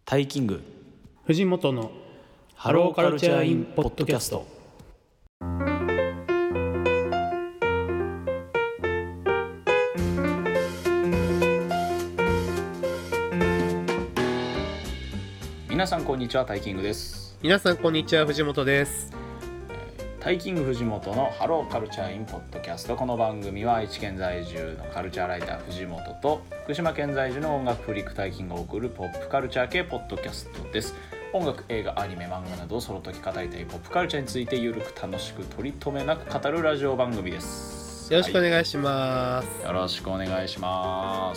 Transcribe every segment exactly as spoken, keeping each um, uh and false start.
タイキング藤本のハローカルチャーインポッドキャスト。皆さんこんにちは、タイキングです。 皆さんこんにちは、藤本です。 タイキング藤本のハローカルチャーインポッドキャスト。この番組は愛知県在住のカルチャーライター藤本と福島県在住の音楽フリークタイキングが送るポップカルチャー系ポッドキャストです。音楽、映画、アニメ、漫画などその時語りたいポップカルチャーについてゆるく楽しく取り留めなく語るラジオ番組です。 よろしくお願いします。 はい、よろしくお願いします。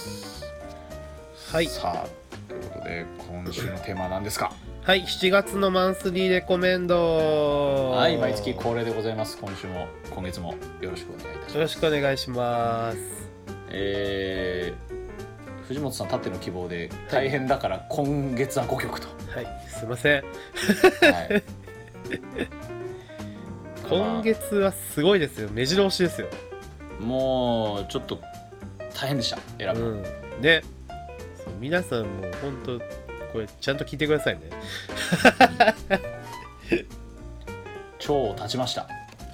はい。 さあ、ということで今週のテーマは何ですか？ はい、しちがつのマンスリーレコメンド。 はい、毎月恒例でございます。今週も今月もよろしくお願いいたします。 よろしくお願いします。 えー、藤本さんたっての希望で大変だから今月はごきょくと。 はい、すいません。 はい、 今月はすごいですよ。目白押しですよ。 もうちょっと大変でした、選ぶ。 うん、ね、そう皆さんも本当これちゃんと聞いてくださいね。 超立ちました。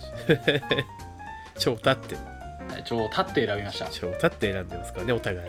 超立って。 はい、超立って選びました。 超立って選んでますからね、お互い。はい。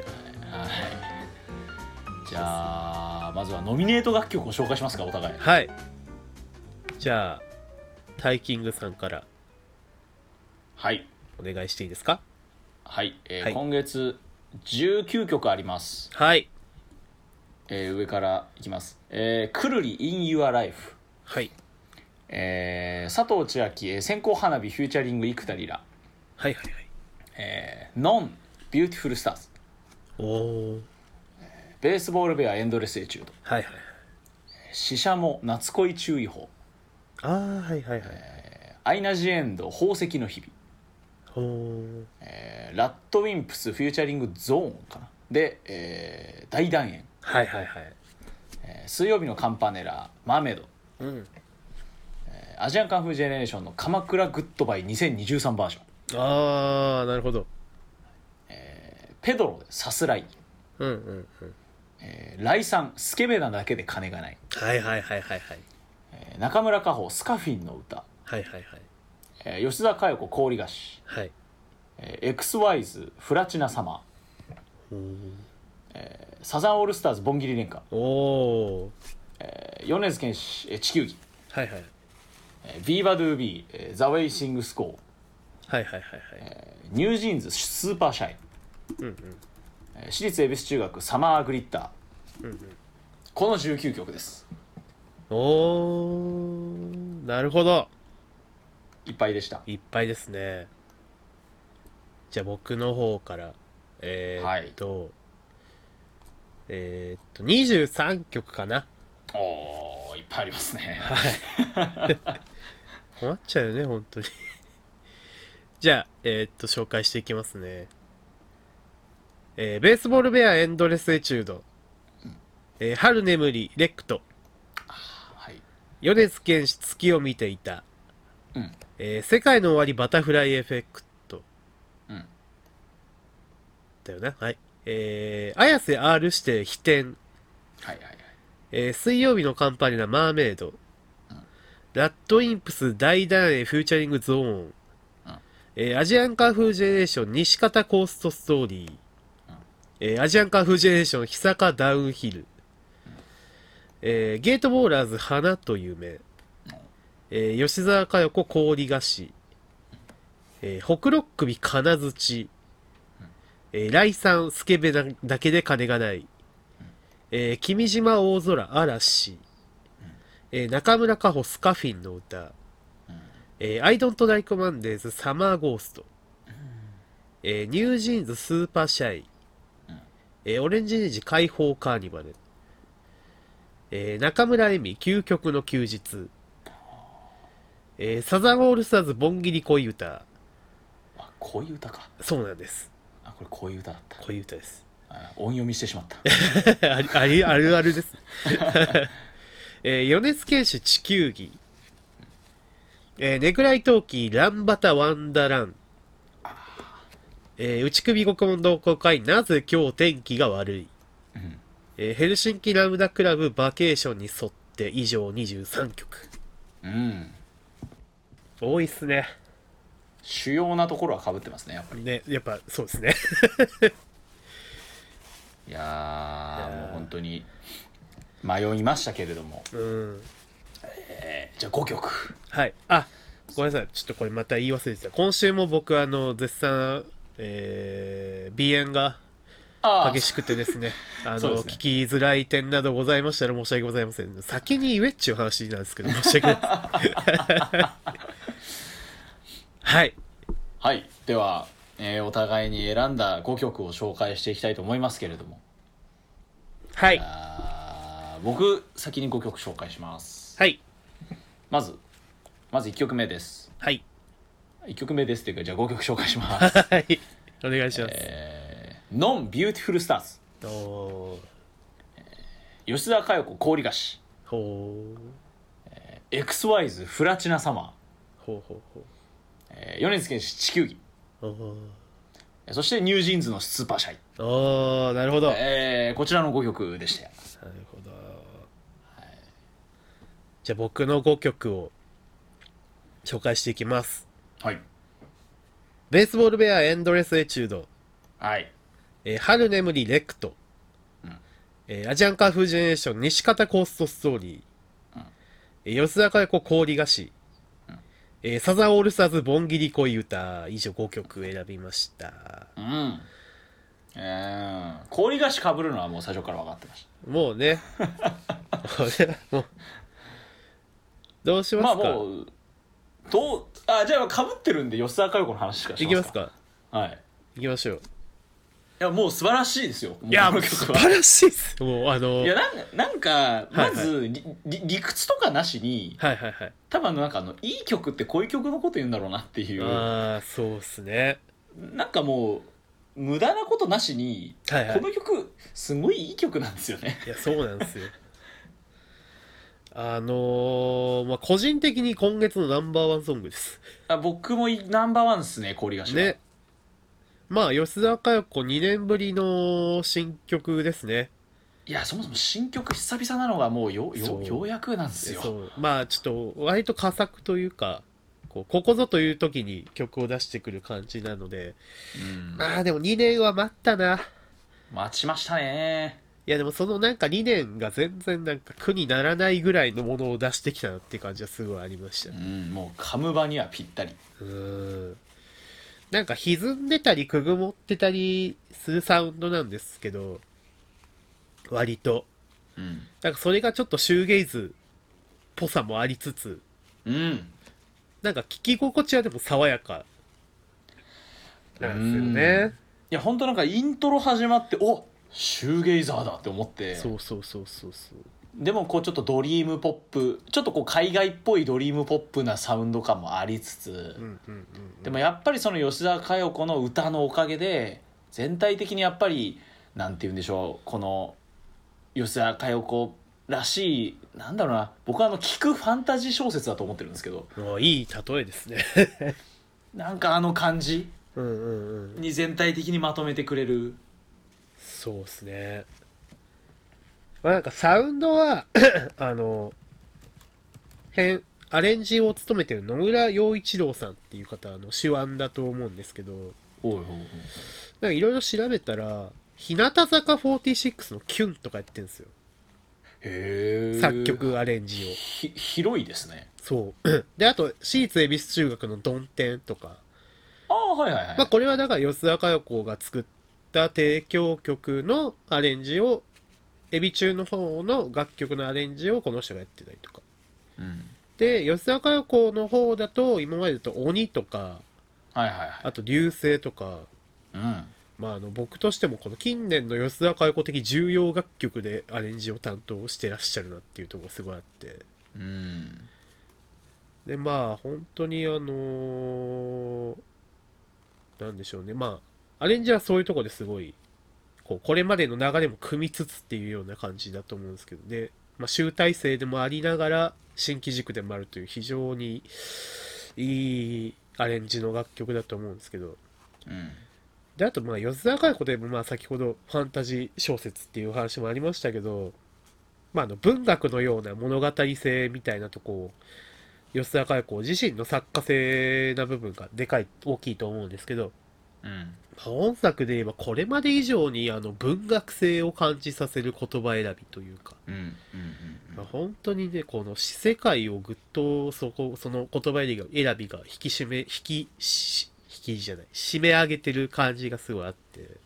じゃあまずはノミネート楽曲を紹介しますか、お互い。 はい。じゃあタイキングさんからはいお願いしていいですか？ はい、えーはい、 今月じゅうきゅうきょくあります。 はい。 えー、上からいきます。えー、くるり in your life。 はい。 えー、佐藤千秋、えー、線香花火フューチャリング生田リラ。 はいはいはい。 えー、ノンビューティフルスターズ。 おお。 ベースボールベアエンドレスエチュード。 はいはいはい。 シシャモ夏恋注意報。 ああはいはいはい。 えー、アイナ・ジ・エンド宝石の日々。 ほー。 えー、ラッドウィンプスフューチャリングゾーンかなで、えー、大団円。 はいはいはい。 えー、水曜日のカンパネラマーメイド。 うん。 えー、アジアンカンフージェネレーションの鎌倉グッドバイにせんにじゅうさんバージョン。 ああなるほど。 えー、ペドロでさすらい。 うんうんうん。 えー、ライさんスケベなだけで金がない。 はいはいはいはいはい。 えー、中村佳穂スカフィンの歌。 はいはいはい。 えー、吉田佳代子氷菓子。 はい。 えー、エクスワイズフラチナサマー。 おー。 えー、サザンオールスターズボンギリ連歌。 おお。 えー、米津玄師、えー、地球儀。 はいはい。 えー、ビーバドゥービー、えー、ザ・ウェイシング・スコー。 はいはいはいはい。 えー、ニュージーンズスーパーシャイ。 うんうん。 えー、私立恵比寿中学サマーグリッター。 うんうん。 このじゅうきゅうきょくです。 おお。なるほど。 いっぱいでした。 いっぱいですね。じゃあ僕の方からえー、っと、はい、えー、っとにじゅうさんきょくかな。 おー、いっぱいありますね。 はい困っちゃうよね本当に。じゃあえー、っと紹介していきますね。えー、ベースボールベアエンドレスエチュード、うん、えー、春眠りレクト、 はい、 米津玄師月を見ていた、うん、えー、世界の終わりバタフライエフェクト、うん、だよな。はい。えー、綾瀬 R 指定飛天、はいはいはい。えー、水曜日のカンパネラマーメイド、うん、ラッドインプス大団円フューチャリングゾーン、うん、えー、アジアンカーフージェネレーション西方コーストストーリー、うん、えー、アジアンカーフージェネレーション久坂ダウンヒル、うん、えー、ゲートボーラーズ花と夢、うん、えー、吉沢佳代子氷菓子、えー、ほくろっ首金槌、えー、来さんスケベだけで金がない、えー、君島大空嵐、えー、中村佳穂スカフィンの歌、えー、I don't like Mondays サマーゴースト、えー、ニュージーンズスーパーシャイ、えー、オレンジレンジ解放カーニバル、えー、中村恵美究極の休日、えー、サザンオールスターズボンギリ恋歌。 あ、恋歌か。 そうなんです。 あ、これ恋歌だった。 恋歌です。 音読みしてしまったありありあるあるです、えー、米津玄師地球儀、えー、ネグライトーキーランバタワンダラン、えー、内首獄門同好会なぜ今日天気が悪い、うん、 えーヘルシンキラムダクラブバケーションに沿って以上にじゅうさんきょく。 うん。 多いっすね。 主要なところは被ってますね、やっぱり。 ね、やっぱそうですね。 いやー、もう本当に迷いましたけれども。 うん。 えー、じゃあごきょく。 はい。あ、ごめんなさい。ちょっとこれまた言い忘れてた。今週も僕、あの、絶賛、えー、鼻炎が激しくてですね、あの、ね、聞きづらい点などございましたら申し訳ございません。先に言えっちゅう話なんですけど、申し訳ないです。はい。 はい。では、えー、お互いに選んだごきょくを紹介していきたいと思いますけれども。 はい。 僕、先にごきょく紹介します。 はい。 まず、まずいっきょくめです。 はい。 いっきょくめですっていうか、じゃあごきょく紹介します。 はい。お願いします。 えー、ノンビューティフルスターズ。 おー。 えー、吉沢佳代子氷菓子。 ほー。 えー、エックスワイズ フラチナサマー。 ほうほうほう。 えー、米津玄師地球儀。 おー。 そしてニュージーンズのスーパーシャイ。 おー、なるほど。 えー、こちらのごきょくでした。なるほど。はい、じゃあ僕のごきょくを紹介していきます。 はい。 ベースボールベアエンドレスエチュード。 はい。 えー、春眠りレクト。うん、えー、アジアンカーフジェネレーション西方コーストストーリー。うん、えー、吉田佳代子氷菓子。えー、サザンオールスターズボンギリ恋歌。以上ごきょく選びました。 うん。えー、氷菓子被るのはもう最初から分かってました。 もうね。もうどうしますか。 まあもうどうあじゃあ被ってるんで吉沢佳代子の話しかしますか。 いきますか。 はい。 いきましょう。 いやもう素晴らしいですよ。 いや素晴らしいですもうあのいやなんなんかまず、はいはい、理屈とかなしに、 はいはいはい、 多分なんかあのいい曲ってこういう曲のこと言うんだろうなっていう。 ああそうっすね。 なんかもう無駄なことなしに、はいはい、この曲すごいいい曲なんですよね。 いやそうなんですよ。あのー、まあ個人的に今月のナンバーワンソングです。 あ僕もナンバーワンですね氷菓子は。ね。 まあ吉沢佳代子にねんぶりの新曲ですね。 いやそもそも新曲久々なのがもう よ, よ, ようやくなんですよ。 そうまあちょっと割と佳作というかこうここぞという時に曲を出してくる感じなので、うん、まあでもにねんは待ったな。 待ちましたね。 いやでもそのなんかにねんが全然なんか苦にならないぐらいのものを出してきたなって感じはすごいありました。 うん、もう噛む場にはぴったり。 うん。なんか歪んでたりくぐもってたりするサウンドなんですけど、割と。うん。なんかそれがちょっとシューゲイズっぽさもありつつ、うん。なんか聞き心地はでも爽やかなんですよね。 いや本当なんかイントロ始まっておシューゲイザーだって思って。 そうそうそうそうそう。 でもこうちょっとドリームポップちょっとこう海外っぽいドリームポップなサウンド感もありつつ、うんうんうんうん、でもやっぱりその吉沢佳代子の歌のおかげで全体的にやっぱりなんて言うんでしょうこの吉沢佳代子らしいなんだろうな僕はあの聞くファンタジー小説だと思ってるんですけどいい例えですねなんかあの感じうんうんに全体的にまとめてくれる。 そうですね。まあ、なんかサウンドはあの変アレンジを務めてる野村陽一郎さんっていう方の手腕だと思うんですけど、おいおいおいなんかいろいろ調べたら日向坂フォーティーシックスのキュンとかやってるんですよ。へえ。作曲アレンジをひ広いですね。 そうであと私立恵比寿中学のドンテンとかああはいはいはい、 まあ、これはだから吉沢佳代子が作った提供曲のアレンジをエビ中の方の楽曲のアレンジをこの人がやってたりとか、うん、で吉沢佳代子の方だと今までだと鬼とか、はいはいはい、あと流星とか、うん、まああの僕としてもこの近年の吉沢佳代子的重要楽曲でアレンジを担当してらっしゃるなっていうところがすごいあって、うん、でまあ本当にあのー、なんでしょうねまあアレンジはそういうところですごいこうこれまでの流れも組みつつっていうような感じだと思うんですけどで、まあ、集大成でもありながら新機軸でもあるという非常にいいアレンジの楽曲だと思うんですけど、うん、 であとまあ吉沢佳代子でもまあ先ほどファンタジー小説っていう話もありましたけど、まあ、あの文学のような物語性みたいなとこを吉沢佳代子自身の作家性な部分がでかい大きいと思うんですけど、 うん、 本作で言えばこれまで以上にあの文学性を感じさせる言葉選びというか、 うんうんうんまあ、本当にねこの世界をぐっとそこその言葉選びが引き締め引きし引きじゃない締め上げてる感じがすごいあって、 うんうん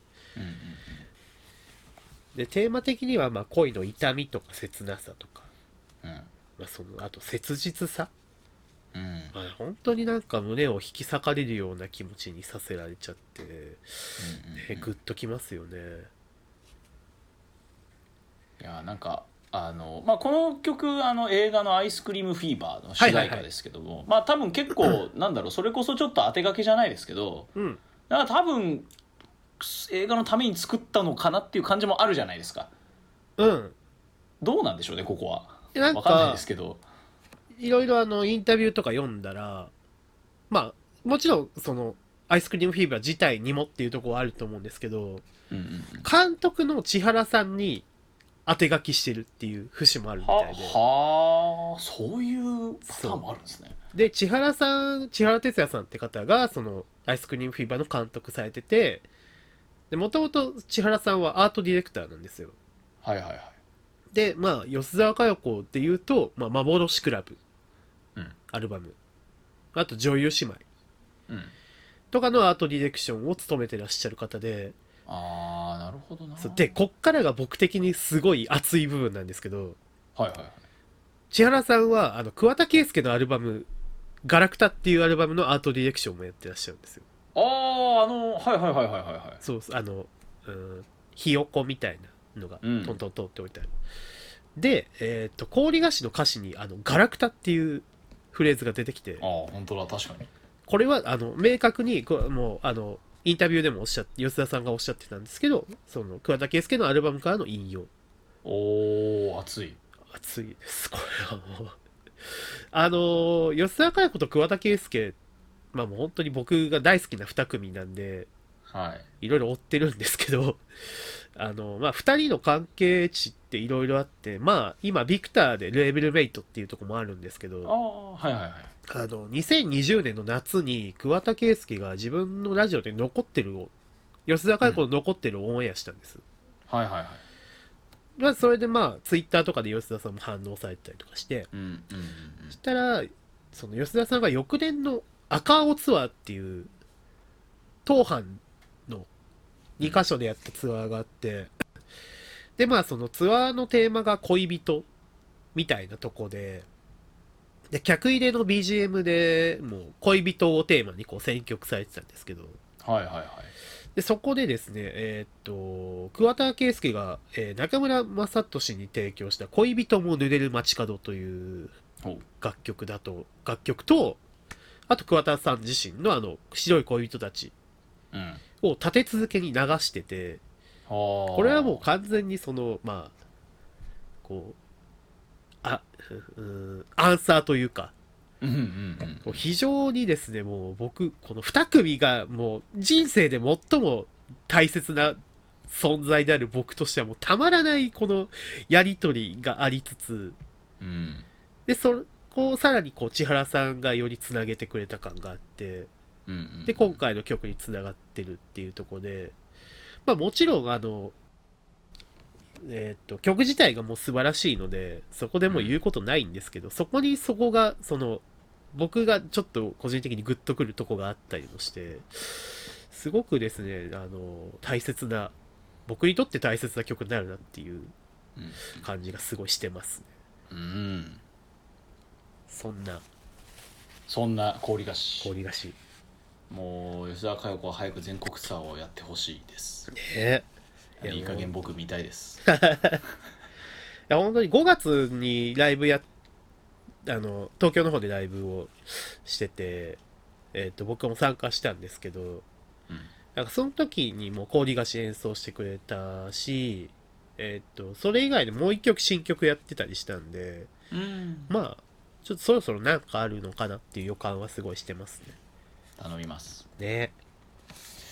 でテーマ的にはまあ恋の痛みとか切なさとか、 うんまあ、そのあと切実さ、 うんまあ、本当になんか胸を引き裂かれるような気持ちにさせられちゃって、 うんうんね、グッときますよね。 いやなんかあの、まあ、この曲あの映画の「アイスクリームフィーバー」の主題歌ですけども、はいはいはい、まあ多分結構なんだろうそれこそちょっと当て書きじゃないですけど、 うん、 だから多分映画のために作ったのかなっていう感じもあるじゃないですか。 うんどうなんでしょうねここは。 なんか分かんないですけど、 いろいろあのインタビューとか読んだら、まあもちろんそのアイスクリームフィーバー自体にもっていうところはあると思うんですけど、 うんうんうん、 監督の千原さんに当て書きしてるっていう節もあるみたいで、 はあそういうパターンもあるんですね。 で千原さん千原哲也さんって方がそのアイスクリームフィーバーの監督されてて、もともと千原さんはアートディレクターなんですよ。 はいはいはい。 でまあ吉沢佳代子っていうと、まあ、幻クラブ、 うん、 アルバム、あと女優姉妹、 うん、 とかのアートディレクションを務めてらっしゃる方で、 ああなるほどな。 でこっからが僕的にすごい熱い部分なんですけど、 はいはいはい。 千原さんはあの桑田佳祐のアルバム「ガラクタ」っていうアルバムのアートディレクションもやってらっしゃるんですよ。 あああのはいはいはいはいはいはい。 そうあの、うん、ひよこみたいなのがトントントンって置いてある、うん、で、えー、と氷菓子の歌詞にあのガラクタっていうフレーズが出てきて、 ああ本当だ確かにこれはあの明確にこもうあのインタビューでもおっしゃって吉田さんがおっしゃってたんですけど、その桑田佳祐のアルバムからの引用。 おお熱い熱いですこれはもうあの吉田佳代子と桑田佳祐、まあもう本当に僕が大好きなに組なんで、 はい、 いろいろ追ってるんですけどあのまあふたりの関係値っていろいろあって、まあ今ビクターでレーベルメイトっていうところもあるんですけど、 ああはいはいはい、 あのにせんにじゅうねんの夏に桑田佳祐が自分のラジオで残ってる吉田佳代子の残ってるオンエアしたんです、 うん、はいはいはい。 まあ、それでまあツイッターとかで吉田さんも反応されてたりとかして、 うんうんうんうん、 そしたらその吉田さんが翌年の赤青ツアーっていう東阪のにかしょでやったツアーがあって、うん、でまあそのツアーのテーマが恋人みたいなとこで、で客入れの ビージーエム でもう恋人をテーマにこう選曲されてたんですけど、 はいはいはい。 でそこでですね、えー、っと桑田佳祐が、えー、中村雅俊に提供した「恋人も濡れる街角」という楽曲だと楽曲と、あと桑田さん自身のあの「白い恋人たち」を立て続けに流してて、うん、これはもう完全にそのまあこうあうんアンサーというか、うんうんうん、非常にですねもう僕このに組がもう人生で最も大切な存在である僕としてはもうたまらないこのやり取りがありつつ、うん、でそこをさらにこう千原さんがよりつなげてくれた感があって、うんうん、で今回の曲につながってるっていうところで、まあもちろんあのえー、と曲自体がもう素晴らしいのでそこでも言うことないんですけど、うん、そこにそこがその僕がちょっと個人的にグッとくるとこがあったりもしてすごくですねあの大切な僕にとって大切な曲になるなっていう感じがすごいしてますね。うん、そんなそんな氷菓子氷菓子もう吉田佳代子は早く全国ツアーをやってほしいですね。 いい加減僕見たいですいや本当にごがつにライブやあの東京の方でライブをしてて、えー、と僕も参加したんですけど、うん、なんかその時にも氷菓子演奏してくれたし、えー、とそれ以外でもう一曲新曲やってたりしたんで、うん、まあちょっとそろそろなんかあるのかなっていう予感はすごいしてますね。 頼みますね。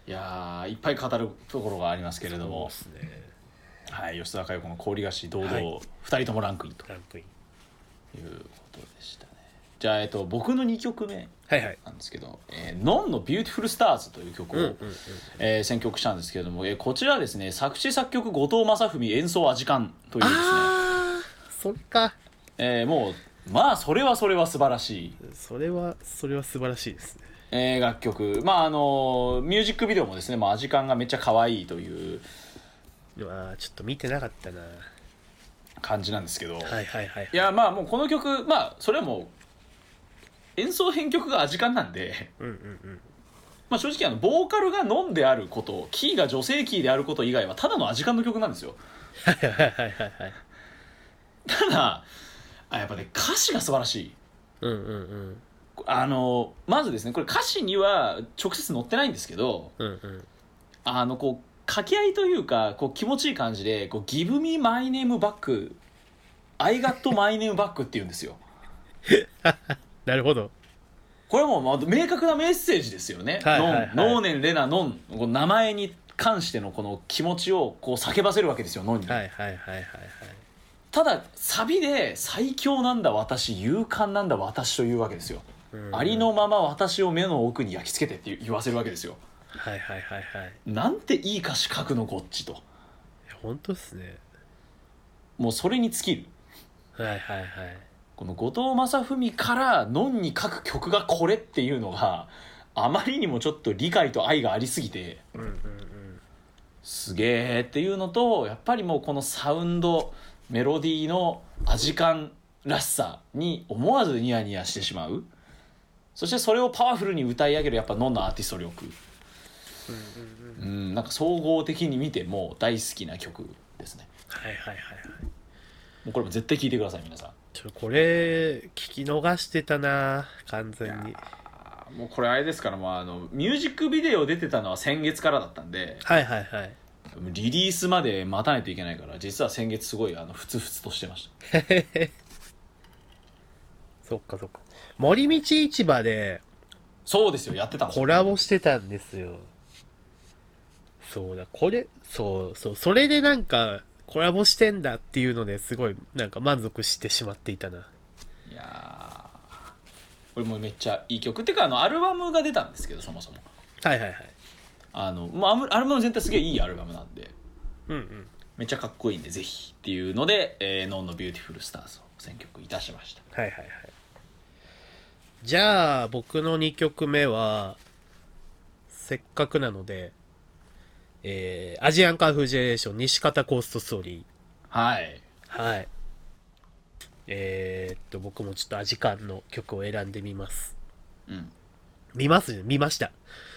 いやいっぱい語るところがありますけれども、 そうですね、 はい、吉田佳代子の氷菓子堂々、 はい、 ふたりともランクインとランクインいうことでしたね。じゃあ、えっと、僕のにきょくめなんですけど、はいはい、えー、ノンのビューティフルスターズという曲を、うんうんうん、えー、選曲したんですけれども、えー、こちらですね、作詞作曲後藤正文、演奏アジカンというですね、 あーそっか、 えー、もうまあそれはそれは素晴らしい、 それはそれは素晴らしいですね、 えー、楽曲、まああのミュージックビデオもですね、まあ、アジカンがめっちゃ可愛いといううわちょっと見てなかったな感じなんですけど、 はいはいはい、はい、 いやまあもうこの曲、まあそれはもう演奏編曲がアジカンなんで、 うんうんうん、 まあ、正直あのボーカルがノンであること、キーが女性キーであること以外はただのアジカンの曲なんですよ。 はいはいはいはい、 ただあやっぱね歌詞が素晴らしい。 うんうんうん、 あのまずですね、これ歌詞には直接載ってないんですけど、 うんうん、 あのこう掛け合いというか、こう気持ちいい感じでこう Give me my name back I got my name back って言うんですよ。 なるほど。 これはもうまあ明確なメッセージですよね。 はいはいはい、 ノン、ノーネンレナノン、この名前に関してのこの気持ちをこう叫ばせるわけですよ、ノンに。 はいはいはいはいはい。 ただサビで最強なんだ私、勇敢なんだ私というわけですよ。ありのまま私を目の奥に焼き付けてって言わせるわけですよ。 はいはいはいはい。 なんていい歌詞書くのこっちと。 本当っすね。 もうそれに尽きる。 はいはいはい。 この後藤正文からノンに書く曲がこれっていうのがあまりにもちょっと理解と愛がありすぎて、 うんうんうん、 すげーっていうのと、やっぱりもうこのサウンドメロディーのアジカンらしさに思わずニヤニヤしてしまう。そしてそれをパワフルに歌い上げるやっぱノンのアーティスト力、うんうんうん、うんなんか総合的に見ても大好きな曲ですね。 はいはいはいはい。 もうこれも絶対聴いてください皆さん。 ちょこれ聞き逃してたな完全に。 もうこれあれですから、もうあのミュージックビデオ出てたのは先月からだったんで、 はいはいはい。 リリースまで待たないといけないから、実は先月すごいあのふつふつとしてました。 そっかそっか。森道市場でそうですよ、やってたんですよ。 コラボしてたんですよ。そうだ、これ、そうそう、それでなんかコラボしてんだっていうのですごいなんか満足してしまっていたな。 いやこれもめっちゃいい曲っていうか、あのアルバムが出たんですけど、そもそもはいはいはい。 あの、まあ、アルバム全体すげえいいアルバムなんで、 うんうん、 めっちゃかっこいいんでぜひっていうので、えー、ノンのビューティフルスターズを選曲いたしました。 はいはいはい。じゃあ僕のにきょくめはせっかくなので、えー、アジアンカンフージェネレーション西方コーストストーリー。 はいはい。えー、っと僕もちょっとアジカンの曲を選んでみます。 うん。 見ますね、見ました。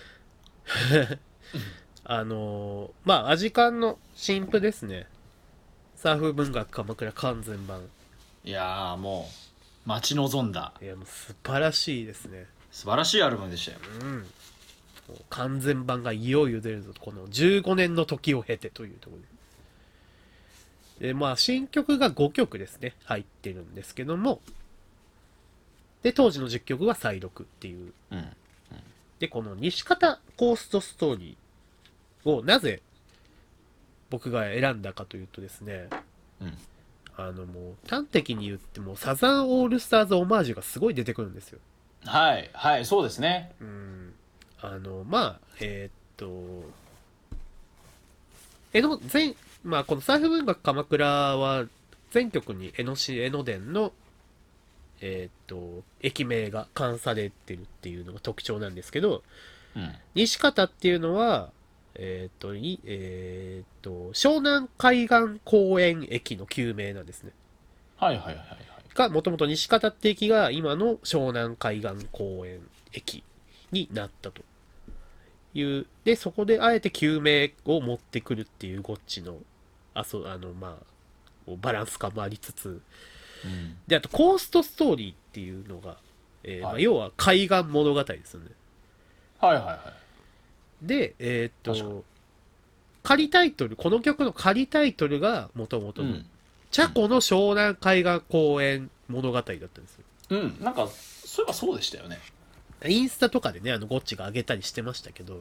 あのー、まあアジカンの新譜ですね。サーフ文学鎌倉完全版。 いやーもう待ち望んだ、 いやもう素晴らしいですね。 素晴らしいアルバムでしたよ。 うん。完全版がいよいよ出るぞ、このじゅうごねんの時を経てというところで。で、まあ、新曲がごきょくですね、入ってるんですけども、で、当時のじゅっきょくは再録っていう。 うん。うん、 で、この西方コーストストーリーをなぜ僕が選んだかというとですね、 うん、 あのもう端的に言ってもサザンオールスターズオマージュがすごい出てくるんですよ。 はいはいそうですね。 うん。あのまあえー、っと江ノ全まあこのサーフ文学鎌倉は全曲に江ノ市江ノ電のえー、っと駅名が冠されてるっていうのが特徴なんですけど、 うん、 西方っていうのはえー、っといえー、っと湘南海岸公園駅の旧名なんですね。 はいはいはいはい。 がもともと西方って駅が今の湘南海岸公園駅になったというで、そこであえて旧名を持ってくるっていうゴッチのあそあのまあバランス感もありつつ、 うん、 であとコーストストーリーっていうのが、えーはいまあ、要は海岸物語ですよね。 はいはいはい。 でえー、っと仮タイトルこの曲の仮タイトルがもともとのチャコの湘南海岸公園物語だったんですよ。 うん、なんかそういえばそうでしたよね。 インスタとかでねあのゴッチが上げたりしてましたけど、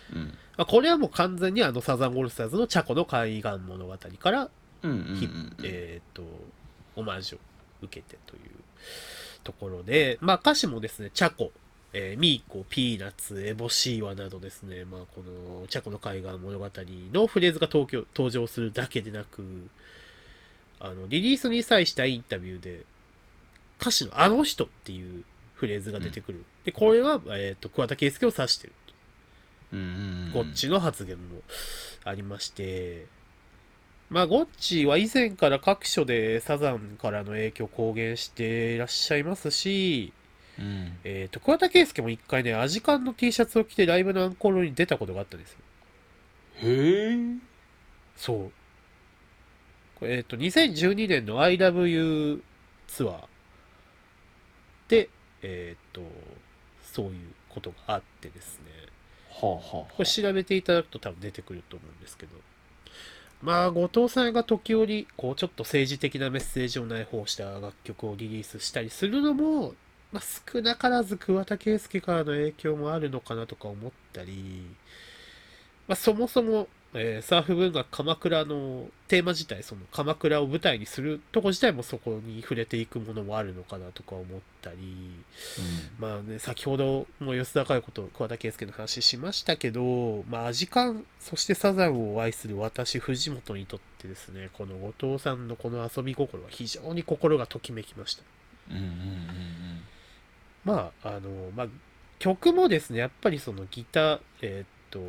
うんまあ、これはもう完全にあのサザンオールスターズのチャコの海岸物語から、 うんうんうんうん、 えっ、ー、とオマージュを受けてというところで、まあ歌詞もですね、チャコ、えー、ミーコ、ピーナッツ、エボシーワなどですね、まあこのチャコの海岸物語のフレーズが登場登場するだけでなく、あのリリースに際したインタビューで歌詞のあの人っていうフレーズが出てくる。うん、で、これは、えっ、ー、と、桑田佳祐を指してると。 うんうんうん、 ゴッチの発言もありまして、まあ、ゴッチは以前から各所でサザンからの影響を公言していらっしゃいますし、 うん、 えっ、ー、と、桑田佳祐も一回ね、アジカンの T シャツを着てライブのアンコールに出たことがあったんですよ。 へえ。 そう。えっ、ー、と、にせんじゅうにねんの アイラブユー ツアーで、えっ、ー、と、そういうことがあってですね。 はあはあはあ、 これ調べていただくと多分出てくると思うんですけど。まあ、後藤さんが時折、こう、ちょっと政治的なメッセージを内包した楽曲をリリースしたりするのも、まあ、少なからず桑田佳祐からの影響もあるのかなとか思ったり、まあ、そもそも、えー、サーフ文学鎌倉のテーマ自体、その鎌倉を舞台にするとこ自体もそこに触れていくものもあるのかなとか思ったり、うん、まあね、先ほども吉田佳代子と桑田佳祐の話しましたけど、まあ、アジカン、そしてサザンを愛する私、藤本にとってですね、この後藤さんのこの遊び心は非常に心がときめきました。 うんうんうんうん、 まあ、あの、まあ、曲もですね、やっぱりそのギター、えー、っと、うん、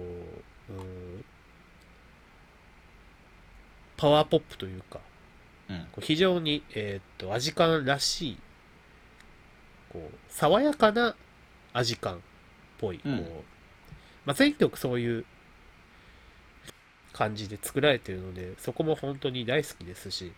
パワーポップというか、うん、非常に、えー、っと、アジカンらしい、こう、爽やかなアジカンっぽい、こう、うん、まあ、全曲そういう感じで作られているので、そこも本当に大好きですし、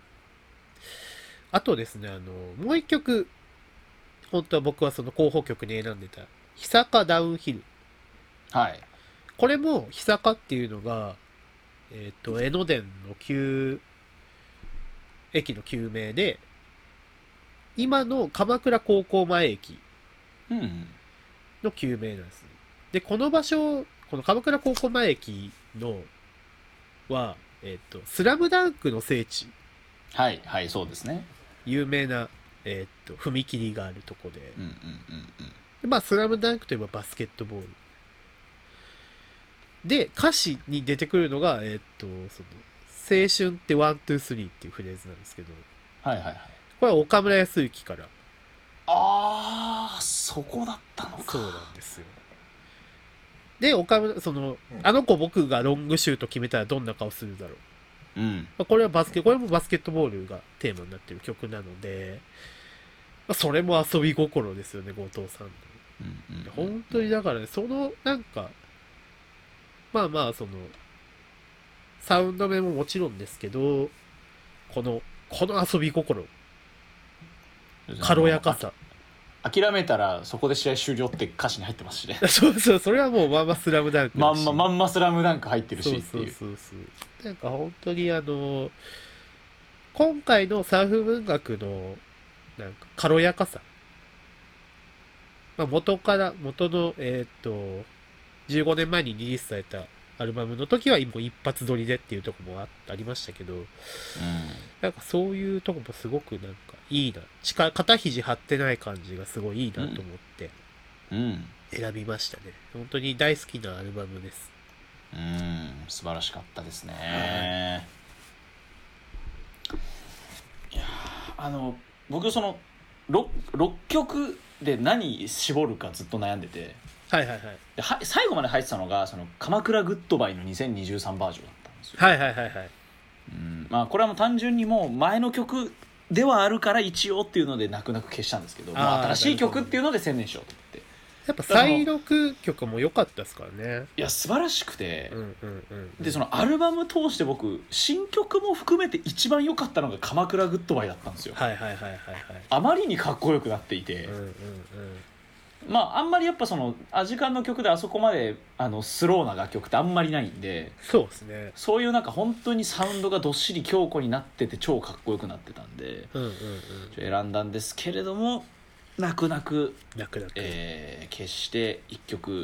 あとですね、あの、もう一曲、本当は僕はその候補曲に選んでた、久坂ダウンヒル。 はい。 これも、久坂っていうのが、えっ、ー、と、江ノ電の旧、駅の旧名で、今の鎌倉高校前駅の旧名なんですね。で、この場所、この鎌倉高校前駅のは、えっ、ー、と、スラムダンクの聖地。 はい、はい、そうですね。 有名な、えっ、ー、と、踏切があるとこで。 うんうんうんうん。まあ、スラムダンクといえばバスケットボール。で、歌詞に出てくるのが、えっ、ー、と、その、青春ってワン、ツー、スリーっていうフレーズなんですけど。 はいはいはい。 これは岡村康之から。 あー、そこだったのか。 そうなんですよ。で、岡村、その、うん、あの子僕がロングシュート決めたらどんな顔するだろう。 うん。 まあ、これはバスケ、これもバスケットボールがテーマになっている曲なので、まあ、それも遊び心ですよね、後藤さんの。うんうんうん、本当にだからね、その、なんか、まあまあ、その、サウンド面ももちろんですけど、この、この遊び心。軽やかさ。 諦めたらそこで試合終了って歌詞に入ってますしね。 そうそう、それはもうまんまスラムダンクまんままんまスラムダンク入ってるしっていう。 そうそうそうそう。なんか本当にあの今回のサーフ文学のなんか軽やかさ、まあ、元から元のえっ、ー、とじゅうごねんまえにリリースされたアルバムの時はもう一発撮りでっていうところも あ, ありましたけど、うん、なんかそういうとこもすごくなんかいいな、力肩肘張ってない感じがすごいいいなと思って選びましたね、うん、本当に大好きなアルバムです。 うん、素晴らしかったですね。いやあの僕その 6, ろっきょくで何絞るかずっと悩んでて、 はいはいはい、 では最後まで入ってたのがその鎌倉グッドバイのにせんにじゅうさんバージョンだったんですよ。 はいはいはいはい。 うん、まあこれはもう単純にもう前の曲ではあるから一応っていうので泣く泣く消したんですけど、まあ、新しい曲っていうので専念しようと思って。 やっぱ再録曲も良かったですからね。 いや素晴らしくて、 うんうんうんうん、 でそのアルバム通して僕新曲も含めて一番良かったのが鎌倉グッドバイだったんですよ。 はいはいはいはいはい。 あまりにかっこよくなっていて、うんうんうん、まああんまりやっぱそのアジカンの曲であそこまであのスローな楽曲ってあんまりないんで、 そうですね、 そういうなんか本当にサウンドがどっしり強固になってて超かっこよくなってたんで、うんうんうん、選んだんですけれども泣く泣く泣く泣く、えー、決していっきょく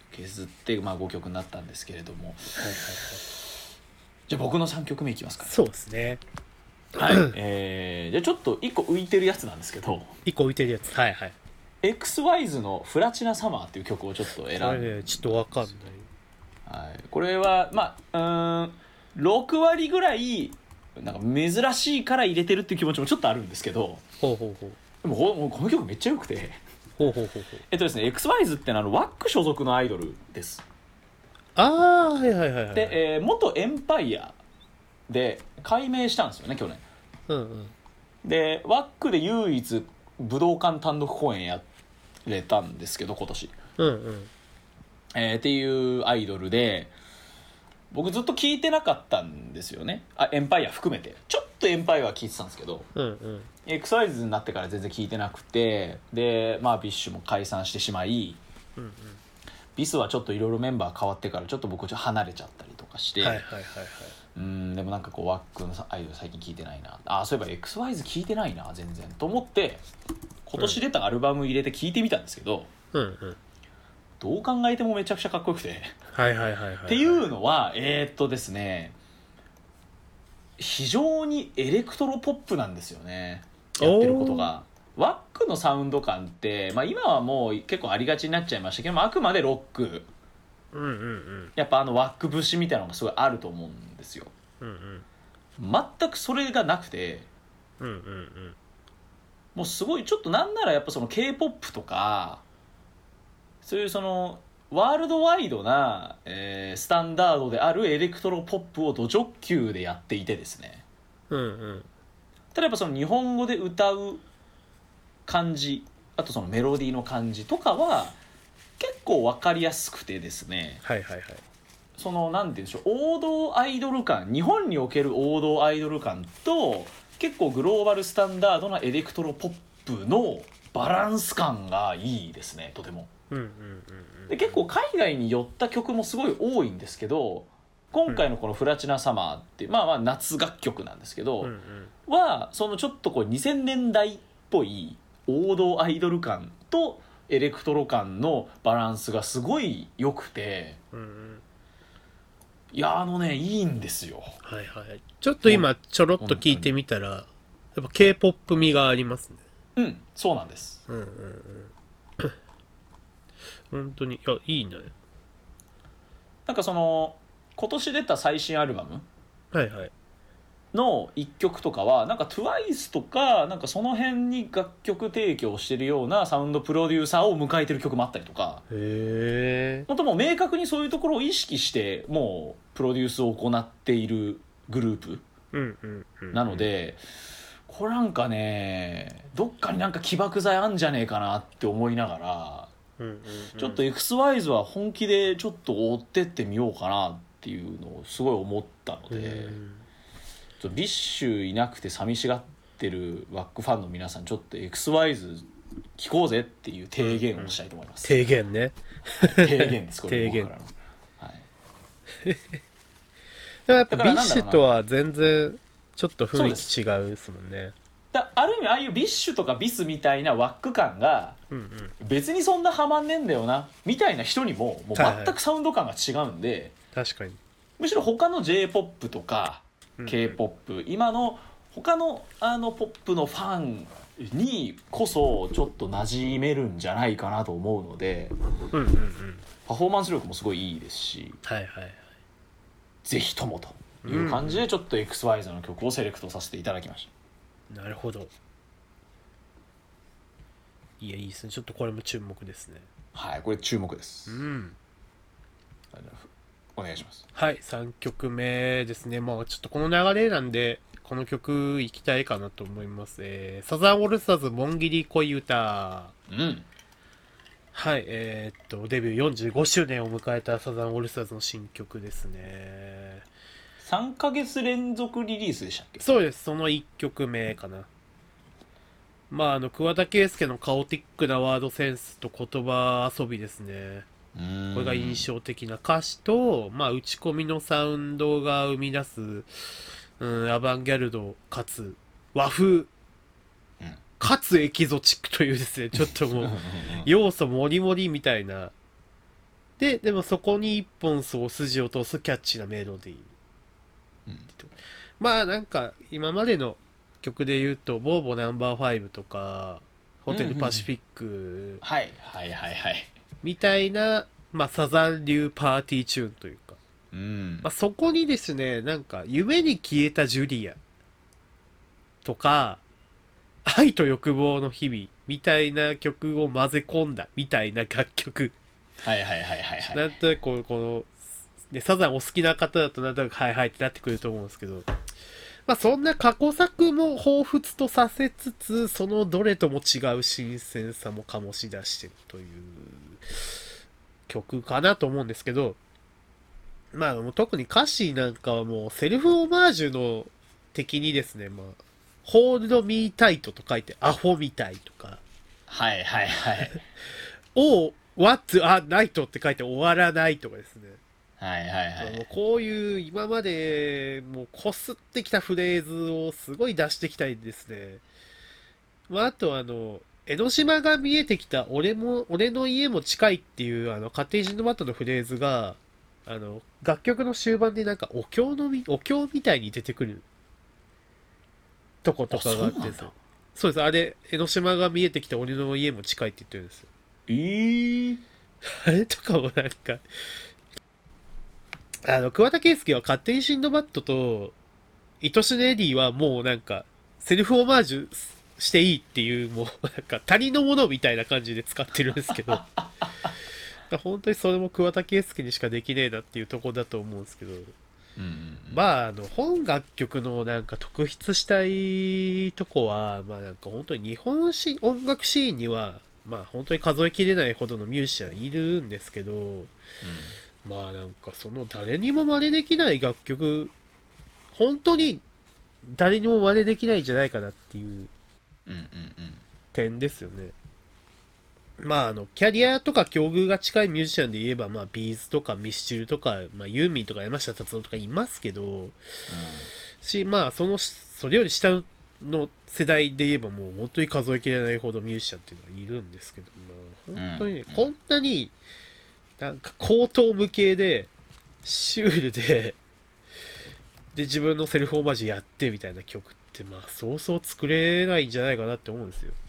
削って、まあ、ごきょくになったんですけれども、はいはいはい、じゃあ僕のさんきょくめいきますかね。 そうですね。 はい、えー、じゃあちょっといっこ浮いてるやつなんですけど、 いっこ浮いてるやつ、はいはい、 エックスワイズ のフラチナサマーっていう曲をちょっと選んで、これねちょっとわかんない、 はい、これはまあうーんろくわりぐらいなんか珍しいから入れてるっていう気持ちもちょっとあるんですけど、 ほうほうほう、 でもほもうこの曲めっちゃ良くて、 ほうほうほうほう、 えっとですね エックスワイズ ってのはあのワック所属のアイドルです。 ああはいはいはいはい、 で、えー、元エンパイアで改名したんですよね去年。 うんうん、 でワックで唯一武道館単独公演やれたんですけど今年、 うんうんえー、っていうアイドルで、僕ずっと聞いてなかったんですよね。あエンパイア含めてちょっとエンパイアは聞いてたんですけど、 うんうん、 エックスワイズ になってから全然聞いてなくて、でまあビッシュも解散してしまい、 うんうん、 ビスはちょっといろいろメンバー変わってからちょっと僕ちょっと離れちゃったりとかして、 はいはいはいはい、 うんでもなんかこうワックのアイドル最近聞いてないなあ、そういえば エックスワイズ 聞いてないな全然と思って今年出たアルバム入れて聞いてみたんですけど、 うんうん、 どう考えてもめちゃくちゃかっこよくてはいはいはいはい、はい、 っていうのはえー、っとですね非常にエレクトロポップなんですよね、やってることが。ワックのサウンド感って、まあ、今はもう結構ありがちになっちゃいましたけど、あくまでロック、 うんうんうん、 やっぱあのワック節みたいなのがすごいあると思うんですよ、 うんうん、 全くそれがなくて、 うんうんうん、 もうすごいちょっとなんならやっぱその K-ポップ とかそういうそのワールドワイドな、えー、スタンダードであるエレクトロポップをド直球でやっていてですね、 うんうん、 例えばその日本語で歌う感じ、あとそのメロディーの感じとかは結構分かりやすくてですね、 はいはいはい、 そのなんて言うんでしょう、王道アイドル感、日本における王道アイドル感と結構グローバルスタンダードなエレクトロポップのバランス感がいいですね、とても。 うんうんうんうん、 で結構海外に寄った曲もすごい多いんですけど、今回のこの「フラチナサマー」って、まあまあ夏楽曲なんですけど、 うんうん、 はそのちょっとこうにせんねんだいっぽい王道アイドル感とエレクトロ感のバランスがすごい良くて、 うんうん、 いやあのねいいんですよ。 はいはい、ちょっと今ちょろっと聞いてみたらやっぱ K-ポップ 味がありますね。 うん、そうなんです。 うんうんうん。本当にいやいいね。 なんかその今年出た最新アルバムはいはいのいっきょくとかはなんか トゥワイス とかなんかその辺に楽曲提供してるようなサウンドプロデューサーを迎えてる曲もあったりとか、 へえ、 本当もう明確にそういうところを意識してもうプロデュースを行っているグループなので、これなんかねどっかになんか起爆剤あんじゃねえかなって思いながら、 うんうんうん、 ちょっと エックスワイズ は本気でちょっと追ってってみようかなっていうのをすごい思ったので、ビッシュいなくて寂しがってるワックファンの皆さんちょっと エックスワイズ 聞こうぜっていう提言をしたいと思います、 うんうん、提言ね提言ですこれ提言、 僕からの、はい、 でもやっぱビッシュとは全然ちょっと雰囲気違うですもんね。 だある意味ああいうビッシュとかビスみたいなワック感が別にそんなハマんねえんだよなみたいな人にももう全くサウンド感が違うんで、はいはい、 確かにむしろ他の J-ポップ とか K-ポップ、うんうん、今の他のあのポップのファンにこそちょっと馴染めるんじゃないかなと思うので、 うんうんうん、 パフォーマンス力もすごいいいですし、 はいはいはい、 ぜひともという感じでちょっと エックスワイズ の曲をセレクトさせていただきました。 なるほど。いやいいですね。ちょっとこれも注目ですね。 はい、これ注目です。 うん。 お願いします。 はい、さんきょくめですね。まあちょっとこの流れなんでこの曲いきたいかなと思います。えー、サザンオールスターズ盆ギリ恋歌。 うん。 はい、えー、っとデビューよんじゅうごしゅうねんを迎えたサザンオールスターズの新曲ですね。 さんかげつ連続リリースでしたっけ？ そうです、そのいっきょくめかな。まああの桑田佳祐のカオティックなワードセンスと言葉遊びですね。これが印象的な歌詞と、まあ、打ち込みのサウンドが生み出す、うん、アバンギャルドかつ和風、うん、かつエキゾチックというですねちょっともう要素もりもりみたいなででもそこに一本そう筋を通すキャッチなメロディー、うん、まあなんか今までの曲で言うとボーボナンバーファイブとかホテルパシフィック、 はいはいはいはいみたいな、まあ、サザン流パーティーチューンというか、 うんまあ、そこにですね、なんか夢に消えたジュリアとか愛と欲望の日々みたいな曲を混ぜ込んだみたいな楽曲、 はいはいはいはいはいなんとなくこのこの、ね、サザンお好きな方だとなんとなくはいはいってなってくると思うんですけど、まあそんな過去作も彷彿とさせつつ、そのどれとも違う新鮮さも醸し出してるという曲かなと思うんですけど、まあもう特に歌詞なんかはもうセルフオマージュの的にですね、まあ、Hold Me Tight と書いてアホみたいとか、 はいはいはいお What a Night って書いて終わらないとかですね。 はいはいはいもうこういう今までもうこすってきたフレーズをすごい出してきたいですね。まあ、あとあの、江ノ島が見えてきた俺も、俺の家も近いっていうあの、カテージのマットのフレーズが、あの、楽曲の終盤でなんかお経のみ、お経みたいに出てくるとことかがあってさ。そうです。あれ、江ノ島が見えてきた俺の家も近いって言ってるんですよ。 えー、 あれとかもなんか、あの、桑田佳祐は勝手にシンドバッドと、愛しのエディはもうなんか、セルフオマージュしていいっていう、もうなんか他人のものみたいな感じで使ってるんですけど、本当にそれも桑田佳祐にしかできねえなっていうところだと思うんですけど、 うんうんうん、 まあ、あの、本楽曲のなんか特筆したいとこは、まあなんか本当に日本し音楽シーンには、まあ本当に数えきれないほどのミュージシャンいるんですけど、うん、まあなんかその誰にも真似できない楽曲、本当に誰にも真似できないんじゃないかなっていう点ですよね。まああの、キャリアとか境遇が近いミュージシャンで言えば、まあビーズとかミスチルとか、まあユーミンとか山下達郎とかいますけど、うん、し、まあその、それより下の世代で言えばもう本当に数えきれないほどミュージシャンっていうのはいるんですけど、まあ本当にね、うん、こんなになんか高等無形で、シュールで、で、自分のセルフオマージュやってみたいな曲って、まあ、そうそう作れないんじゃないかなって思うんですよ。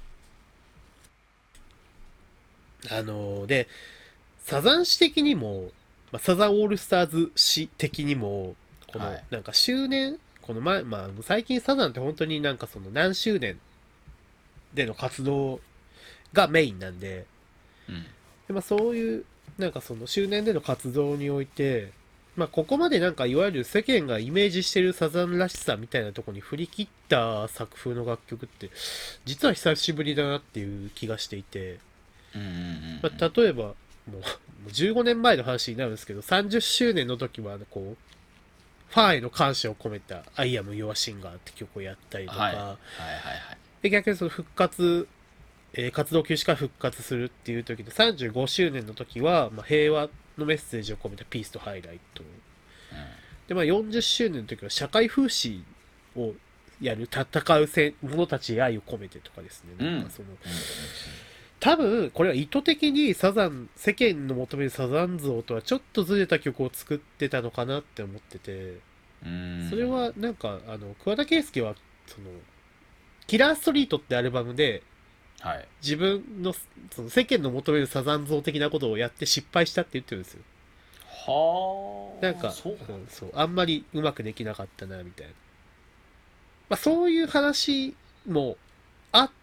あのー、で、サザン史的にも、まあ、サザンオールスターズ史的にも、この、なんか周年、はい、この前、まあ、最近サザンって本当になんかその何周年での活動がメインなんで、うん、でまあ、そういう、なんかその周年での活動において、まあ、ここまでなんかいわゆる世間がイメージしてるサザンらしさみたいなところに振り切った作風の楽曲って実は久しぶりだなっていう気がしていて、まあ、例えばもうじゅうごねんまえの話になるんですけど、さんじゅっしゅうねんの時はこうファンへの感謝を込めた I am your singer って曲をやったりとか、はいはいはいはい、で逆にその復活、えー、活動休止から復活するっていう時でさんじゅうごしゅうねんの時は、まあ、平和のメッセージを込めたピースとハイライト、うん、でまあよんじゅっしゅうねんの時は社会風刺をやる戦う者たちへ愛を込めてとかですね、なんかその、うん、多分これは意図的にサザン世間の求めるサザン像とはちょっとずれた曲を作ってたのかなって思ってて、うん、それはなんかあの桑田佳祐はそのキラーストリートってアルバムではい、自分のその世間の求めるサザン像的なことをやって失敗したって言ってるんですよ。はあ。なんかそう、うん、そうあんまりうまくできなかったなみたいな。まあそういう話もあって、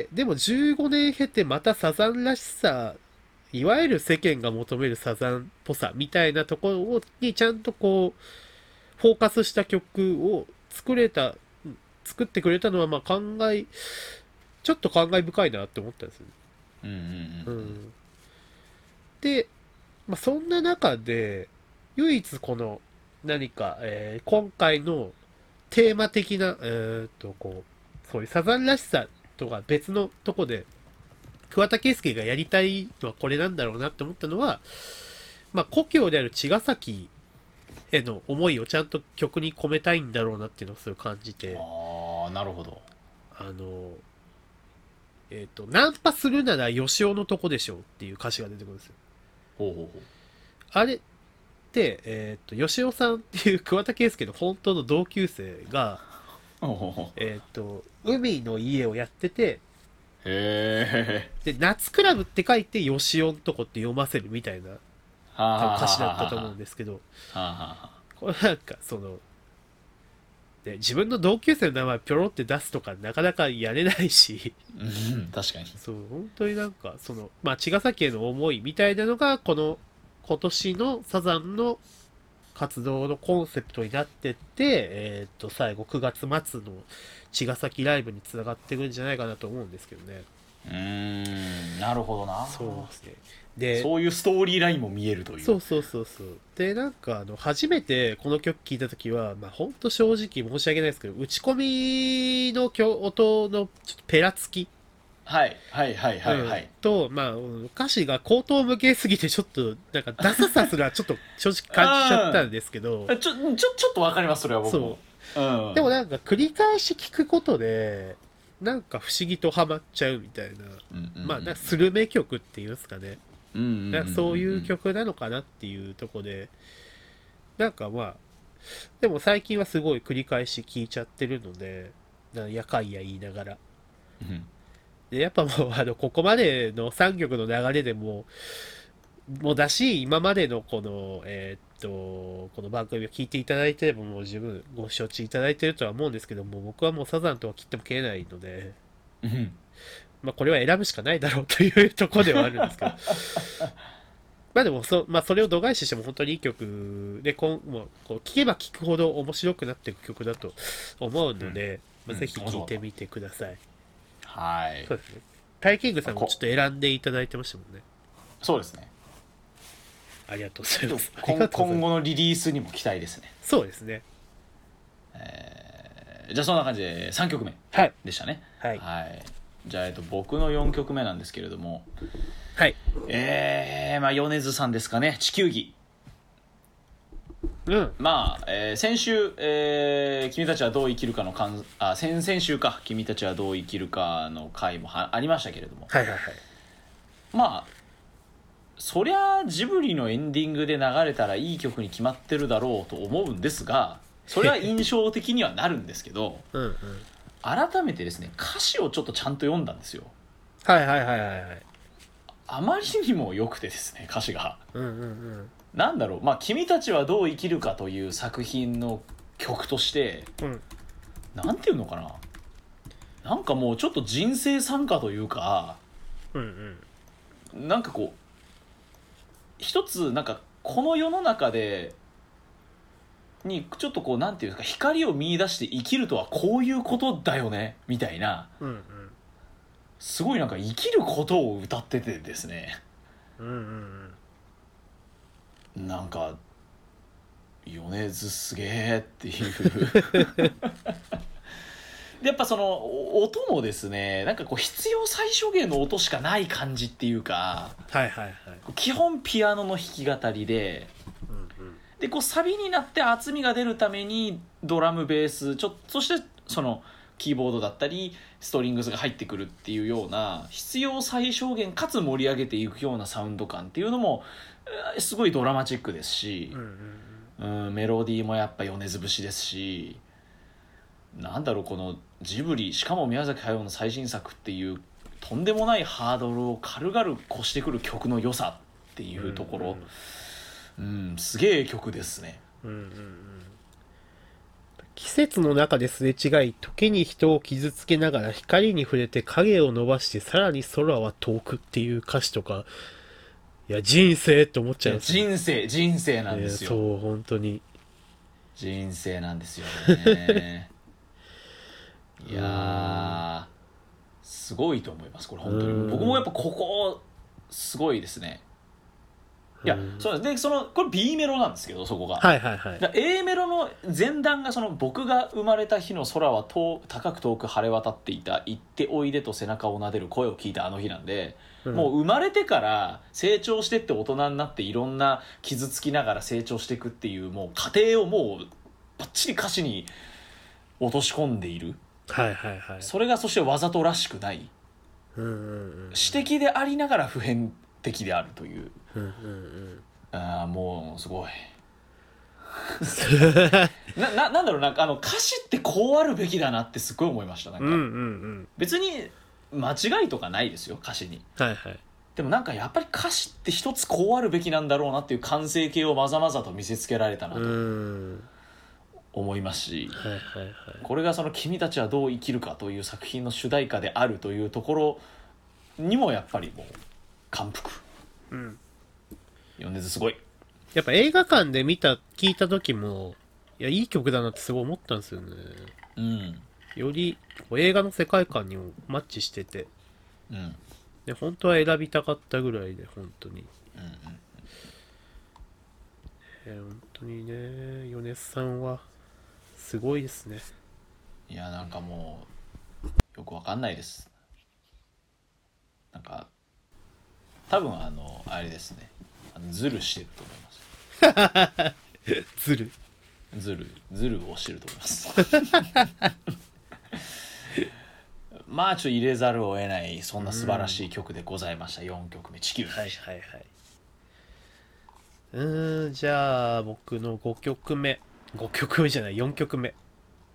でもじゅうごねん経てまたサザンらしさ、いわゆる世間が求めるサザンっぽさみたいなところにちゃんとこうフォーカスした曲を作れた、作ってくれたのはまあ考えちょっと感慨深いなって思ったんですよ。うんうんうん。うん、で、まあ、そんな中で、唯一この何か、えー、今回のテーマ的な、えー、っと、こう、そういうサザンらしさとか別のとこで、桑田佳祐がやりたいのはこれなんだろうなって思ったのは、まあ、故郷である茅ヶ崎への思いをちゃんと曲に込めたいんだろうなっていうのをすごい感じて。 ああ、なるほど。 あの、えっ、ー、と、ナンパするなら吉尾のとこでしょっていう歌詞が出てくるんですよ。 ほうほうほう。 あれって、えー、と吉尾さんっていう桑田佳祐の本当の同級生が、 ほうほうほう。 えー、と海の家をやってて、 へで夏クラブって書いて吉尾んとこって読ませるみたいな多分歌詞だったと思うんですけど、これなんかそので自分の同級生の名前ピョロって出すとかなかなかやれないしうん、確かに。 そう本当になんかその、まあ、茅ヶ崎への思いみたいなのがこの今年のサザンの活動のコンセプトになってって、えー、と最後くがつ末の茅ヶ崎ライブにつながってるんじゃないかなと思うんですけどね。 うーん、なるほどな。 そうですね。でそういうストーリーラインも見えるという。 そうそうそうそう。でなんかあの初めてこの曲聴いた時は、まあ本当正直申し訳ないですけど、打ち込みの音のちょっとペラつき、 はいはいはいはいはい、 うん、と、まあ歌詞が口頭向けすぎてちょっとなんかダサさすらちょっと正直感じちゃったんですけどちょちょちょっとわかりますそれは僕も。 そう、うん、でもなんか繰り返し聞くことでなんか不思議とハマっちゃうみたいな、うんうんうん、まあなんかスルメ曲っていうんですかね、うんうんうんうん、そういう曲なのかなっていうとこで、なんかまあでも最近はすごい繰り返し聴いちゃってるので、やかいや言いながら、うん、でやっぱもうあのここまでのさんきょくの流れでももうだし、今までのこのえー、っとこの番組を聞いていただいてればもう十分ご承知いただいてるとは思うんですけども、僕はもうサザンとは切っても切れないので、うん、まあこれは選ぶしかないだろうというところではあるんですけどまあでも そ,、まあ、それを度外視しても本当にいい曲で、こうもうこう聴けば聴くほど面白くなっていく曲だと思うので、うんまあ、ぜひ聴いてみてください、うん、 はい。 そうですね。タイキングさんもちょっと選んでいただいてましたもんね。 そうですね。 ありがとうございます。 今, 今後のリリースにも期待ですね。 そうですね。 えー、じゃあそんな感じでさんきょくめでしたね。 はい。 はい、じゃあ、えっと、僕のよんきょくめなんですけれども、 はい。 えー、まあ米津さんですかね。地球儀。 うん、 まあ、えー、先週、えー、君たちはどう生きるかのかんあ先々週か君たちはどう生きるかの回もはありましたけれども、 はいはいはい、 まあそりゃジブリのエンディングで流れたらいい曲に決まってるだろうと思うんですが、それは印象的にはなるんですけどうん、うん、改めてですね歌詞をちょっとちゃんと読んだんですよ。 はいはいはいはいはい。 あまりにも良くてですね歌詞が、 うんうんうん、 なんだろう、まあ君たちはどう生きるかという作品の曲として、うん、なんていうのかな、なんかもうちょっと人生賛歌というか、うんうん、なんかこう一つなんかこの世の中でにちょっとこうなんていうんですか、光を見出して生きるとはこういうことだよねみたいな、うんうん、すごいなんか生きることを歌っててですね、うんうんうん、なんか米津すげーっていうでやっぱその音もですね、なんかこう必要最小限の音しかない感じっていうか、 はいはいはい、 基本ピアノの弾き語りで、うんうん、でこうサビになって厚みが出るためにドラムベースちょそしてそのキーボードだったりストリングスが入ってくるっていうような必要最小限かつ盛り上げていくようなサウンド感っていうのもすごいドラマチックですし、うんうんうん、メロディーもやっぱ米津節ですし、なんだろう、このジブリしかも宮崎駿の最新作っていうとんでもないハードルを軽々越してくる曲の良さっていうところ、うんうんうん、すげえ曲ですね、うんうんうん、 季節の中ですれ違い時に人を傷つけながら光に触れて影を伸ばしてさらに空は遠くっていう歌詞とか、いや人生って思っちゃう、ね、 人生人生なんですよ、 そう本当に人生なんですよねいやすごいと思いますこれ本当に。僕もやっぱここすごいですね。いやそうですでそのこれ B メロなんですけど、そこが、 はいはいはい、 だ A メロの前段がその僕が生まれた日の空は遠高く遠く晴れ渡っていた、行っておいでと背中を撫でる声を聞いたあの日なんで、うん、もう生まれてから成長してって大人になっていろんな傷つきながら成長していくっていうもう過程をもうバッチリ歌詞に落とし込んでいる、 はいはいはい、 それがそしてわざとらしくない、うんうんうん、詩的でありながら普遍敵であるという、 うんうんうん、 あもうすごいな, な, なんだろうなんかあの歌詞ってこうあるべきだなってすごい思いました。なんか、うんうんうん、別に間違いとかないですよ歌詞に、 はいはい、 でもなんかやっぱり歌詞って一つこうあるべきなんだろうなっていう完成形をまざまざと見せつけられたなと思いますし、はいはいはい、これがその君たちはどう生きるかという作品の主題歌であるというところにもやっぱりもう感服、うん、米津すごい。 やっぱ映画館で見た聞いた時もいやいい曲だなってすごい思ったんですよね。うん、より映画の世界観にもマッチしてて、うん、で本当は選びたかったぐらいで本当に、うんうん、えー、本当にね米津さんはすごいですね。 いやなんかもうよくわかんないです。なんか多分あのあれですね、あのズルしてると思いますズルズルズルをしてると思いますまあちょっと入れざるを得ないそんな素晴らしい曲でございました、うん、よんきょくめ地球。 はいはいはい。うーんじゃあ僕のごきょくめごきょくめじゃないよんきょくめ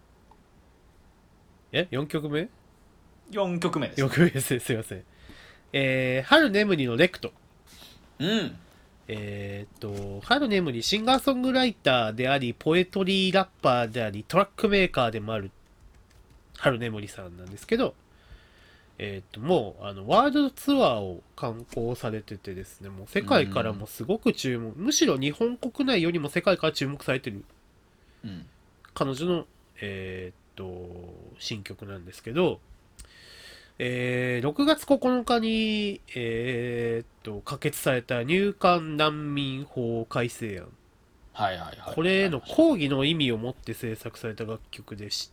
えよんきょくめよんきょくめです、 ね、よんきょくめですすいません。えー、春眠りのレクト。うんえー、っと春眠りシンガーソングライターでありポエトリーラッパーでありトラックメーカーでもある春眠りさんなんですけど、えー、っともうあのワールドツアーを観光されててですね、もう世界からもすごく注目、むしろ日本国内よりも世界から注目されてる、うん、彼女の、えー、っと新曲なんですけど、えー、ろくがつここのかに、えー、っと可決された入管難民法改正案、はいはいはい、これへの抗議の意味を持って制作された楽曲でして、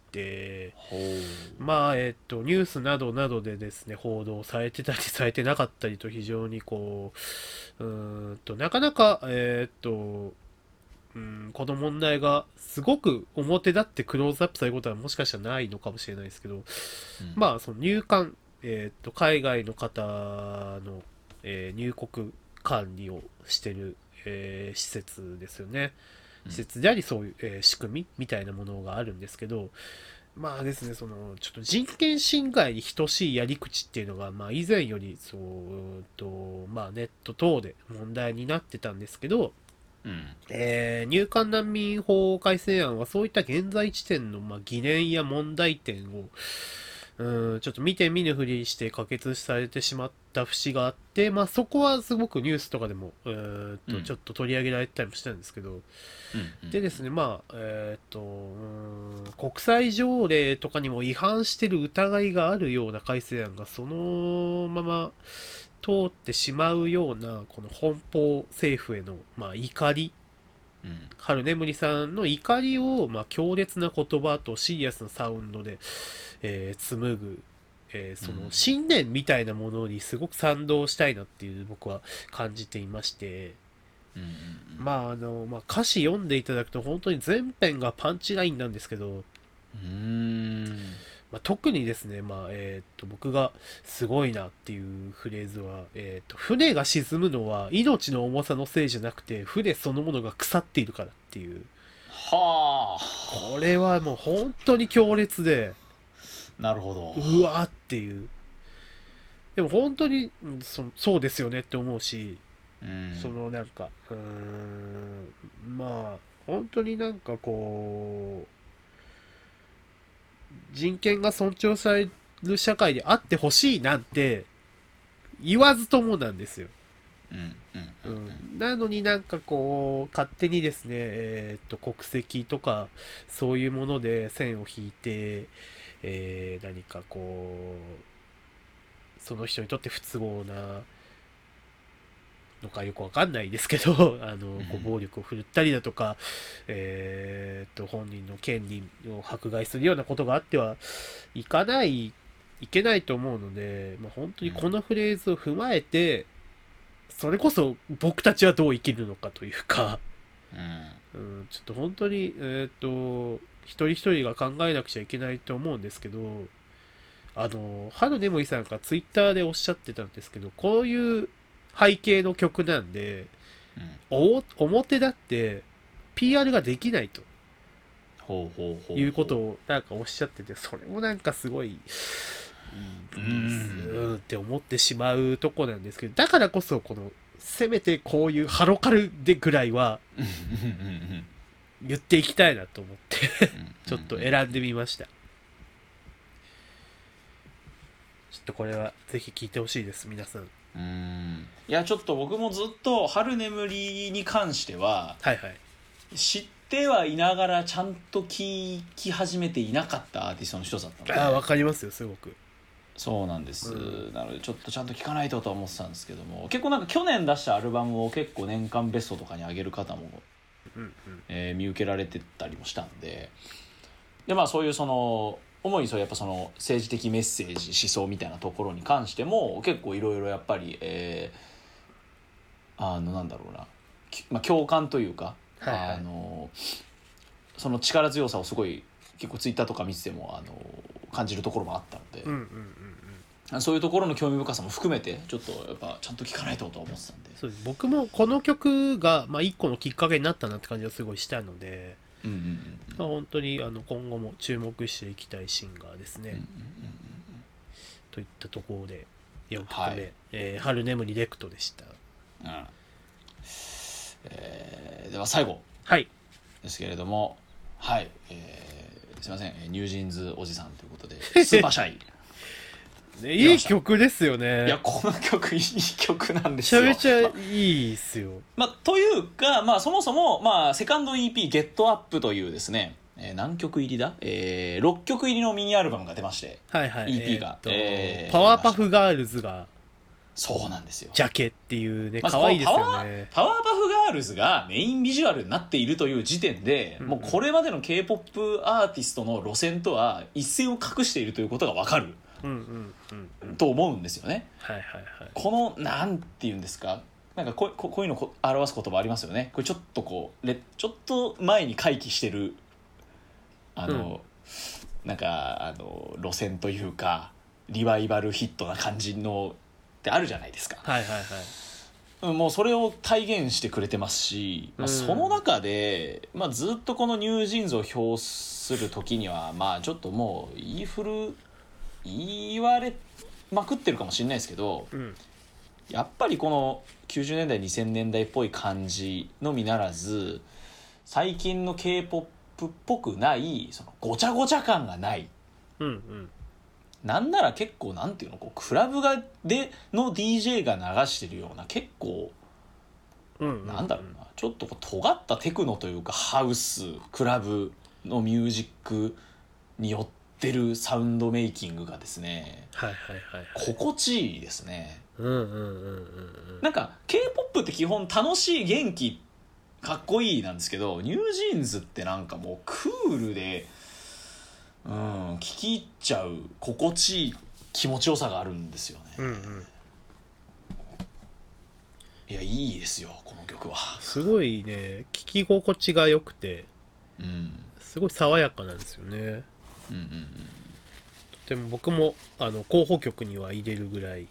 まあえー、っとニュースなどなどでですね報道されてたりされてなかったりと非常にこううーんとなかなかえー、っとうんこの問題がすごく表立ってクローズアップされることはもしかしたらないのかもしれないですけど、うん、まあその入管、えー、と海外の方の、えー、入国管理をしてる、えー、施設ですよね。施設でありそういう、えー、仕組みみたいなものがあるんですけど、まあですねそのちょっと人権侵害に等しいやり口っていうのが、まあ、以前よりそうと、まあ、ネット等で問題になってたんですけど、うんえー、入管難民法改正案はそういった現在地点の、まあ、疑念や問題点をうんちょっと見て見ぬふりして可決されてしまった節があって、まあ、そこはすごくニュースとかでもうんとちょっと取り上げられたりもしたんですけど、うん、でですねまあえっ、ー、とうん国際条例とかにも違反してる疑いがあるような改正案がそのまま通ってしまうようなこの奔放政府への、まあ、怒り、うん、春眠りさんの怒りを、まあ、強烈な言葉とシリアスなサウンドで、えー、紡ぐ、えー、その信念みたいなものにすごく賛同したいなっていう僕は感じていまして、うんうんうん、まああの、まあ、歌詞読んでいただくと本当に全編がパンチラインなんですけど、うーんまあ、特にですね、まあえー、と僕がすごいなっていうフレーズは、えー、と船が沈むのは命の重さのせいじゃなくて船そのものが腐っているからっていう。はあ。これはもう本当に強烈で。 なるほど。 うわーっていう。でも本当にそそうですよねって思うし、うん、そのなんかうーんまあ本当になんかこう。人権が尊重される社会であってほしいなんて言わずともなんですよ。うんうんうんうん、なのになんかこう勝手にですね、えー、と国籍とかそういうもので線を引いて、えー、何かこうその人にとって不都合なのかよくわかんないですけどあのこう暴力を振るったりだとか、えー、と本人の権利を迫害するようなことがあってはいかないいけないと思うので、まあ、本当にこのフレーズを踏まえてそれこそ僕たちはどう生きるのかというか、うんうん、ちょっと本当にえっ、と一人一人が考えなくちゃいけないと思うんですけど、あの春眠りさんがツイッターでおっしゃってたんですけど、こういう背景の曲なんで、うん、お表だって ピーアール ができないとほうほうほうほういうことをなんかおっしゃってて、それもなんかすごい、うん、うんって思ってしまうとこなんですけど、だからこそこのせめてこういうハロカルでぐらいは言っていきたいなと思ってちょっと選んでみました。ちょっとこれはぜひ聞いてほしいです皆さん。 うーんいやちょっと僕もずっと春眠りに関しては、 はいはい、 知ってはいながらちゃんと聴き始めていなかったアーティストの一つだったので。 ああわかりますよすごく。 そうなんです、うん、なのでちょっとちゃんと聴かないととは思ってたんですけども、結構なんか去年出したアルバムを結構年間ベストとかに上げる方も、うんうんえー、見受けられてたりもしたんで、でまあそういうその主にそうやっぱその政治的メッセージ思想みたいなところに関しても結構いろいろやっぱり、えー、あのなんだろうな、まあ、共感というか、はいはい、あのその力強さをすごい結構ツイッターとか見ててもあの感じるところもあったので、うんうんうんうん、そういうところの興味深さも含めてちょっとやっぱちゃんと聞かないとと思ってたんで、 そうです僕もこの曲が、まあ、一個のきっかけになったなって感じがすごいしたので、うんうんうんまあ、本当にあの今後も注目していきたいシンガーですね、うんうんうんうん、といったところでよんきょくめ、はいえー、春眠りレクトでした、うんえー、では最後ですけれども、はい、はい、えー、すいませんニュージーンズおじさんということでスーパーシャイね、いい曲ですよね。 いやこの曲いい曲なんですよ。 めちゃめちゃいいっすよ。 まあ、というか、まあ、そもそも、まあ、セカンド イーピー「ゲットアップ」というですね、えー、何曲入りだ、えー、ろっきょく入りのミニアルバムが出まして、 はいはい、 イーピー が、 えー、パワーパフガールズがそうなんですよジャケっていうね、可愛いですよね。 パワーパフガールズがメインビジュアルになっているという時点で、うんうん、もうこれまでの K-ポップ アーティストの路線とは一線を画しているということが分かる、うんうんうんうん、と思うんですよね、はいはいはい、このなんていうんですか、なんかこ う, こういうのを表す言葉ありますよね。これちょっとこうレちょっと前に回帰してるあの、うん、なんかあの路線というかリバイバルヒットな感じのってあるじゃないですか、はいはいはい、もうそれを体現してくれてますし、まあ、その中で、まあ、ずっとこのニュージーンズを評する時にはまあちょっともう言いふる言われまくってるかもしれないですけど、うん、やっぱりこのきゅうじゅうねんだいにせんねんだいっぽい感じのみならず最近の K-ポップ っぽくないそのごちゃごちゃ感がない、うんうん、なんなら結構なんていうのこうクラブがでの ディージェー が流してるような結構、うんうんうん、なんだろうなちょっとこう尖ったテクノというかハウスクラブのミュージックによってるサウンドメイキングがですね、はいはいはいはい、心地いいですね。うんうんうんうん、なんか K-ポップ って基本楽しい元気かっこいいなんですけど、ニュージーンズってなんかもうクールでうん聴き入っちゃう心地いい気持ちよさがあるんですよね、うんうん、いやいいですよこの曲は。 すごいね聴き心地が良くて、うん、すごい爽やかなんですよね、うんうんうん、とても僕もあの候補曲には入れるぐらい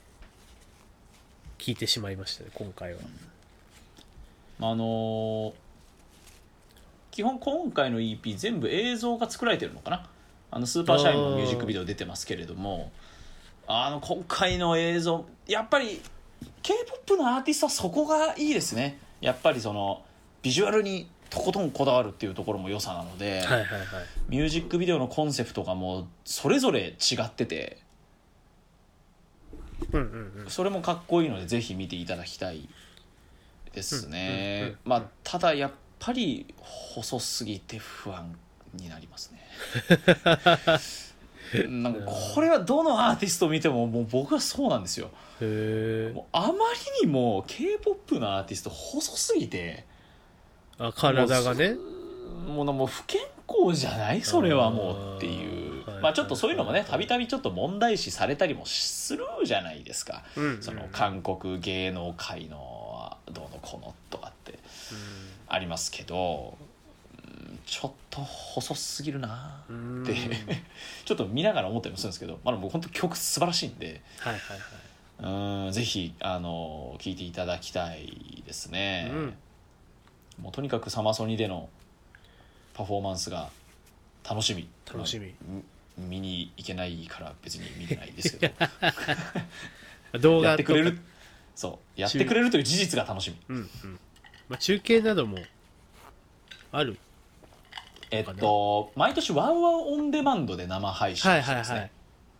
聴いてしまいましたね今回は、 うん、あのー基本今回の イーピー 全部映像が作られてるのかな。あのスーパーシャインもミュージックビデオ出てますけれども、あの今回の映像やっぱり K-ポップ のアーティストはそこがいいですね。やっぱりそのビジュアルにとことんこだわるっていうところも良さなので、はいはいはい、ミュージックビデオのコンセプトがもうそれぞれ違ってて、うんうんうん、それもかっこいいのでぜひ見ていただきたいですね、うんうんうん、まあただやっぱやっぱり細すぎて不安になりますねなんかこれはどのアーティストを見てももう僕はそうなんですよ。へもうあまりにも K-ポップ のアーティスト細すぎてあ体がねもうもう不健康じゃないそれはもうっていう、あ、まあ、ちょっとそういうのもねたびたびちょっと問題視されたりもするじゃないですか、うんうん、その韓国芸能界のどうのこうのとかって、うんありますけどちょっと細すぎるなってちょっと見ながら思ったりもするんですけど、まあ、僕本当曲素晴らしいんで、はいはいはい、 うんぜひあの聞いていただきたいですね、うん、もうとにかくサマソニでのパフォーマンスが楽しみ楽しみ、 まあ、見に行けないから別に見てないですけど動画やってくれるそうやってくれるという事実が楽しみ、 うんうんまあ、中継などもあるえっと毎年ワンワンオンデマンドで生配信してますね、はいはいはい、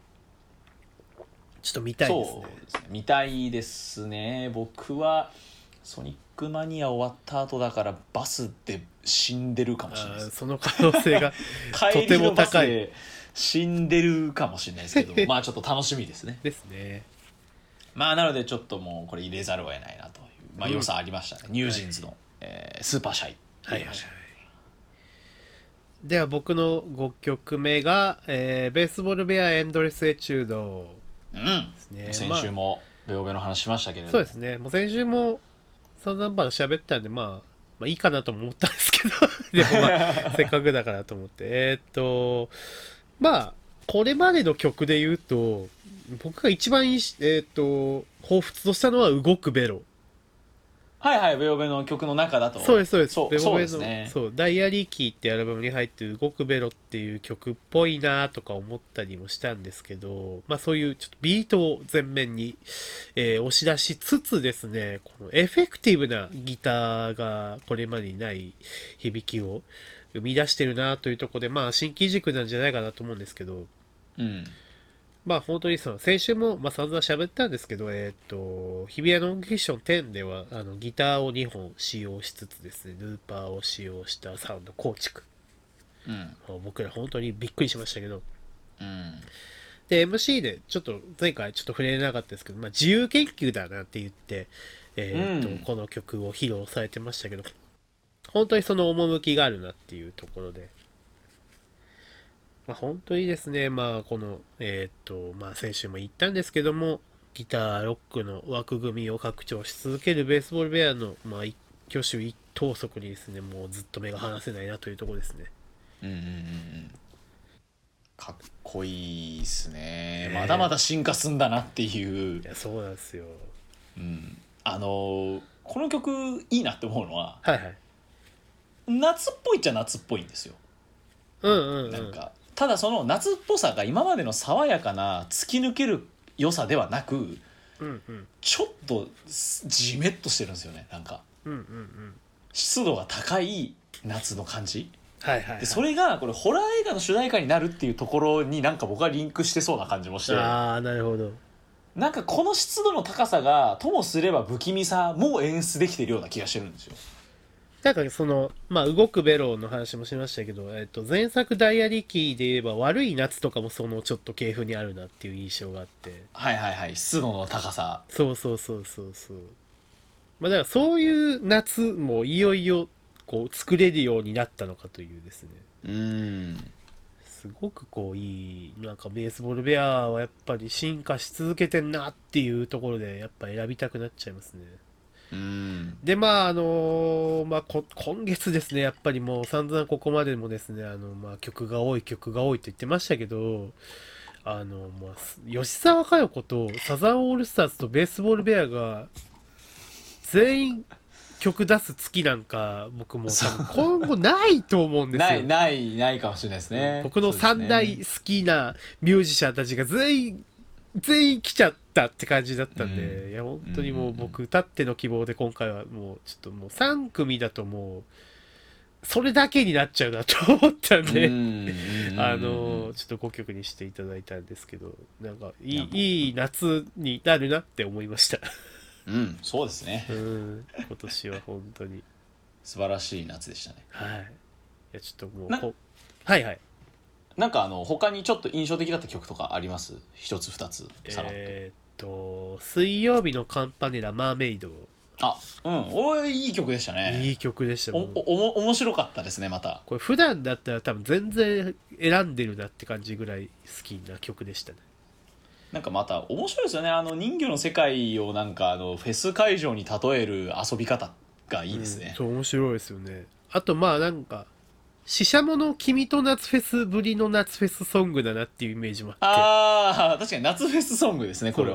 ちょっと見たいですね。 そうですね見たいですね。僕はソニックマニア終わった後だからバスで死んでるかもしれないです。 その可能性がとても高い。 死んでるかもしれないですけどまあちょっと楽しみですね。 ですね。 まあなのでちょっともうこれ入れざるを得ないなというまあ良さありましたね、うん、ニュージーンズの、はいえー、スーパーシャイ入れました、はいはいでは僕のごきょくめが、えー、ベースボールベアエンドレスエチュードですね、うん、先週もベオベの話しましたけれども、 そうですねもう先週も散々ばら喋ったんで、まあ、まあいいかなと思ったんですけどでもまあせっかくだからと思ってえー、っとまあこれまでの曲で言うと僕が一番いいえー、っと彷彿としたのは動くベロはいはいベオベの曲の中だとそうですそうですそうベオベのそうですねそうダイアリーキーってアルバムに入ってる動くベロっていう曲っぽいなとか思ったりもしたんですけどまあそういうちょっとビートを前面に、えー、押し出しつつですねこのエフェクティブなギターがこれまでにない響きを生み出してるなというところでまあ新機軸なんじゃないかなと思うんですけどうんまあ本当にその先週もまあ散々喋ったんですけど、えっ、ー、と日比谷ノンフィクションテンではあのギターをにほん使用しつつですね、ルーパーを使用したサウンド構築、 うん、 僕ら本当にびっくりしましたけど、 うん、 で エムシー でちょっと前回ちょっと触れなかったですけど、まあ、自由研究だなって言って、えーとうん、この曲を披露されてましたけど本当にその趣があるなっていうところで。まあ、本当にですね、まあ、この、えっ、ー、と、まあ、先週も言ったんですけども、ギター、ロックの枠組みを拡張し続けるベースボールベアの、まあ、一挙手一投足にですね、もうずっと目が離せないなというところですね。 うんうんうん。かっこいいですね。えー、まだまだ進化すんだなっていう。 いや、そうなんですよ。 うん。あの、この曲いいなって思うのは、 はいはい。 夏っぽいっちゃ夏っぽいんですよ。 うんうん、うん。 なんか、ただその夏っぽさが今までの爽やかな突き抜ける良さではなく、うんうん、 ちょっとジメッとしてるんですよね。なんか、 うんうんうん、 湿度が高い夏の感じ、 はいはいはい、 でそれがこれホラー映画の主題歌になるっていうところになんか僕はリンクしてそうな感じもして、 ああなるほど、 なんかこの湿度の高さがともすれば不気味さも演出できてるような気がしてるんですよ。 なんかその、まあ、動くベロの話もしましたけど、えっと、前作ダイアリーキーで言えば悪い夏とかもそのちょっと系譜にあるなっていう印象があって。 はいはいはい、湿度の高さ。 そうそうそうそうそう。まあだからそういう夏もいよいよこう作れるようになったのかというですね。 うーん。 すごくこういい、なんかベースボールベアはやっぱり進化し続けてんなっていうところでやっぱ選びたくなっちゃいますね。 うんでまああのー、まあ今月ですねやっぱりもう散々ここまでもですねあの、まあ、曲が多い曲が多いと言ってましたけどあの、まあ、吉沢佳代子とサザンオールスターズとベースボールベアが全員曲出す月なんか僕も多分今後ないと思うんですよ。 ないないないかもしれないですね。 僕の三大好きなミュージシャンたちが全員全員来ちゃったって感じだったんで、うん、いや本当にもう僕たっての希望で今回はもうちょっともうさん組だともうそれだけになっちゃうなと思ったんで、うん、あのちょっとごきょくにしていただいたんですけどなんかいい、いい夏になるなって思いました。 うんそうですね、 うん、今年は本当に素晴らしい夏でしたね。 はい。いやちょっともうこはいはいなんかあの他にちょっと印象的だった曲とかあります？一つ二つさらっと。 えー、っと水曜日のカンパネラマーメイド。 あうんおいいい曲でしたね。 いい曲でした。 おお面白かったですね。またこれ普段だったら多分全然選んでるなって感じぐらい好きな曲でしたね。 なんかまた面白いですよね。あの人魚の世界をなんかあのフェス会場に例える遊び方がいいですね、うん、 そう面白いですよね。あとまあなんかシシャモの君と夏フェスぶりの夏フェスソングだなっていうイメージもあって、 ああ確かに夏フェスソングですねこれは。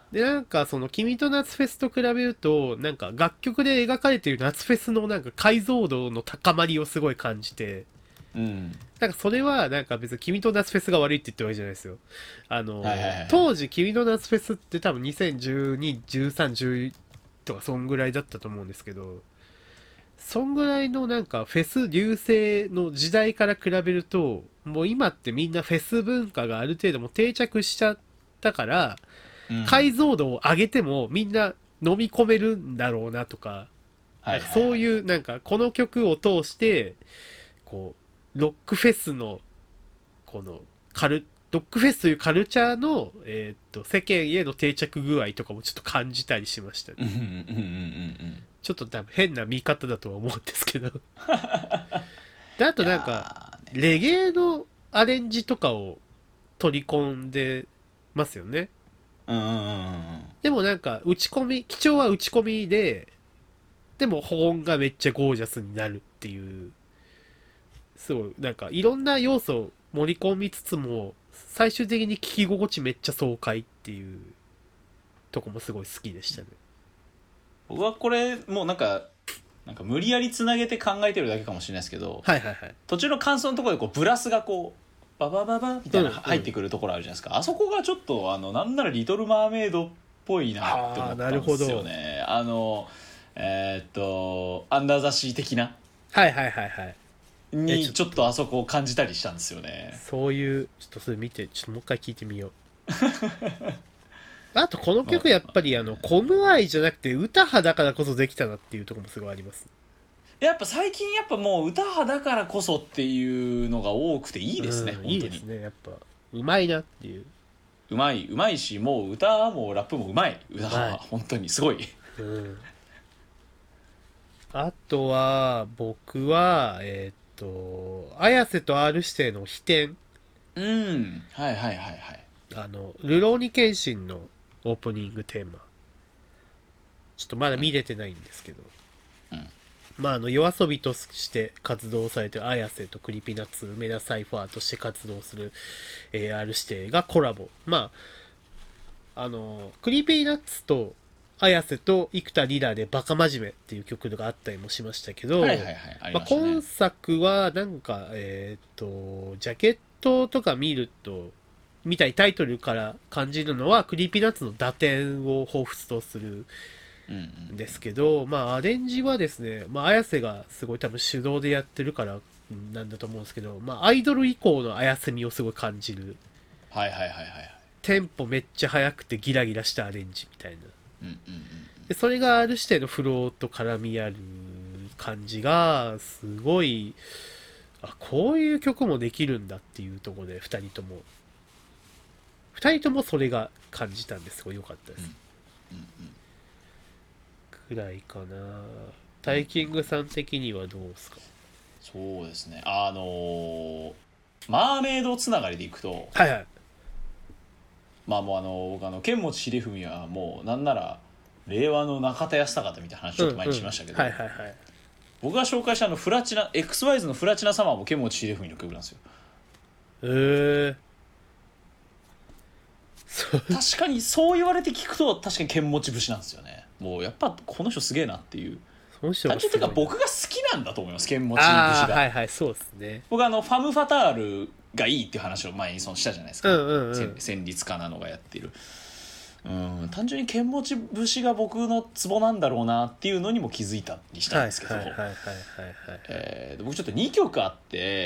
でなんかその君と夏フェスと比べるとなんか楽曲で描かれている夏フェスのなんか解像度の高まりをすごい感じて、 うん、 なんかそれはなんか別に君と夏フェスが悪いって言ってるわけじゃないですよ。あの、 はいはいはい、 当時君と夏フェスって多分にせんじゅうに、じゅうさん、じゅうとかそんぐらいだったと思うんですけど、そんぐらいのなんかフェス流星の時代から比べると、もう今ってみんなフェス文化がある程度も定着しちゃったから、うん、解像度を上げてもみんな飲み込めるんだろうなとか、はいはいはい、そういうなんかこの曲を通してこうロックフェスのこのカルロックフェスというカルチャーの、えー、っと世間への定着具合とかもちょっと感じたりしましたね。ちょっと多分変な見方だとは思うんですけどであとなんか、ね、レゲエのアレンジとかを取り込んでますよね。 うんうんうんうん、 でもなんか打ち込み基調は打ち込みででも保音がめっちゃゴージャスになるっていうすごいなんかいろんな要素を盛り込みつつも最終的に聞き心地めっちゃ爽快っていうとこもすごい好きでしたね。 僕はこれもうなんかなんか無理やりつなげて考えてるだけかもしれないですけど、 はいはいはい、 途中の感想のところでこうブラスがこうババババみたいな入ってくるところあるじゃないですか、うんうん、あそこがちょっとあのなんならリトルマーメイドっぽいなって思ったんですよね。あのえー、っとアンダーザシー的なはいはいはいはいにちょっとあそこを感じたりしたんですよね。 そういうちょっとそれ見てちょっともう一回聞いてみようあとこの曲やっぱりあのコムアイじゃなくて歌派だからこそできたなっていうところもすごいあります。 やっぱ最近やっぱもう歌派だからこそっていうのが多くていいですね、うん、本当にいいですね。やっぱうまいなっていううまいうまいしもう歌もラップもうまい歌は本当にすごい、うん、 あとは僕はえー、っと綾瀬と R 指定の飛天、 うんはいはいはいはいあのルローニケンシンのオープニングテーマちょっとまだ見れてないんですけど、うん、まああの夜遊びとして活動されてる綾瀬とクリピナッツ梅田サイファーとして活動する エーアール 指定がコラボ。まああのクリピナッツと綾瀬と生田リラでバカ真面目っていう曲があったりもしましたけど、今作はなんかえっとジャケットとか見るとみたいタイトルから感じるのはクリーピーナッツの打点を彷彿とするんですけど、まあアレンジはですね、まあ綾瀬がすごい多分手動でやってるからなんだと思うんですけど、まあアイドル以降の綾瀬味をすごい感じる。 はいはいはいはい。 テンポめっちゃ速くてギラギラしたアレンジみたいな。うんうんうん、でそれがある指定のフローと絡み合う感じがすごい、あこういう曲もできるんだっていうところでふたりともふたりともそれが感じたんですごい良かったです、うんうんうん、くらいかな。タイキングさん的にはどうですか？ そうですね、あのー、マーメイドつながりでいくと、 はいはい、 まあもうあの僕あの剣持秀文はもうなんなら令和の中田康隆みたいな話ちょっと前にしましたけど、僕が紹介したあのフラチナ エックスワイズ のフラチナサマーも剣持秀文の曲なんですよ。 へえー、確かにそう言われて聞くと確かに剣持節なんですよね。もうやっぱこの人すげえなっていう。単純にいうか僕が好きなんだと思います、剣持節が。 はいはい、そうですね。 僕はあのファム・ファタールがいいっていう話を前にそのしたじゃないですか、 うんうんうん、 戦慄かなのがやっている。うん、単純に剣持節が僕のツボなんだろうなっていうのにも気づいたりしたんですけど、僕ちょっとにきょくあって、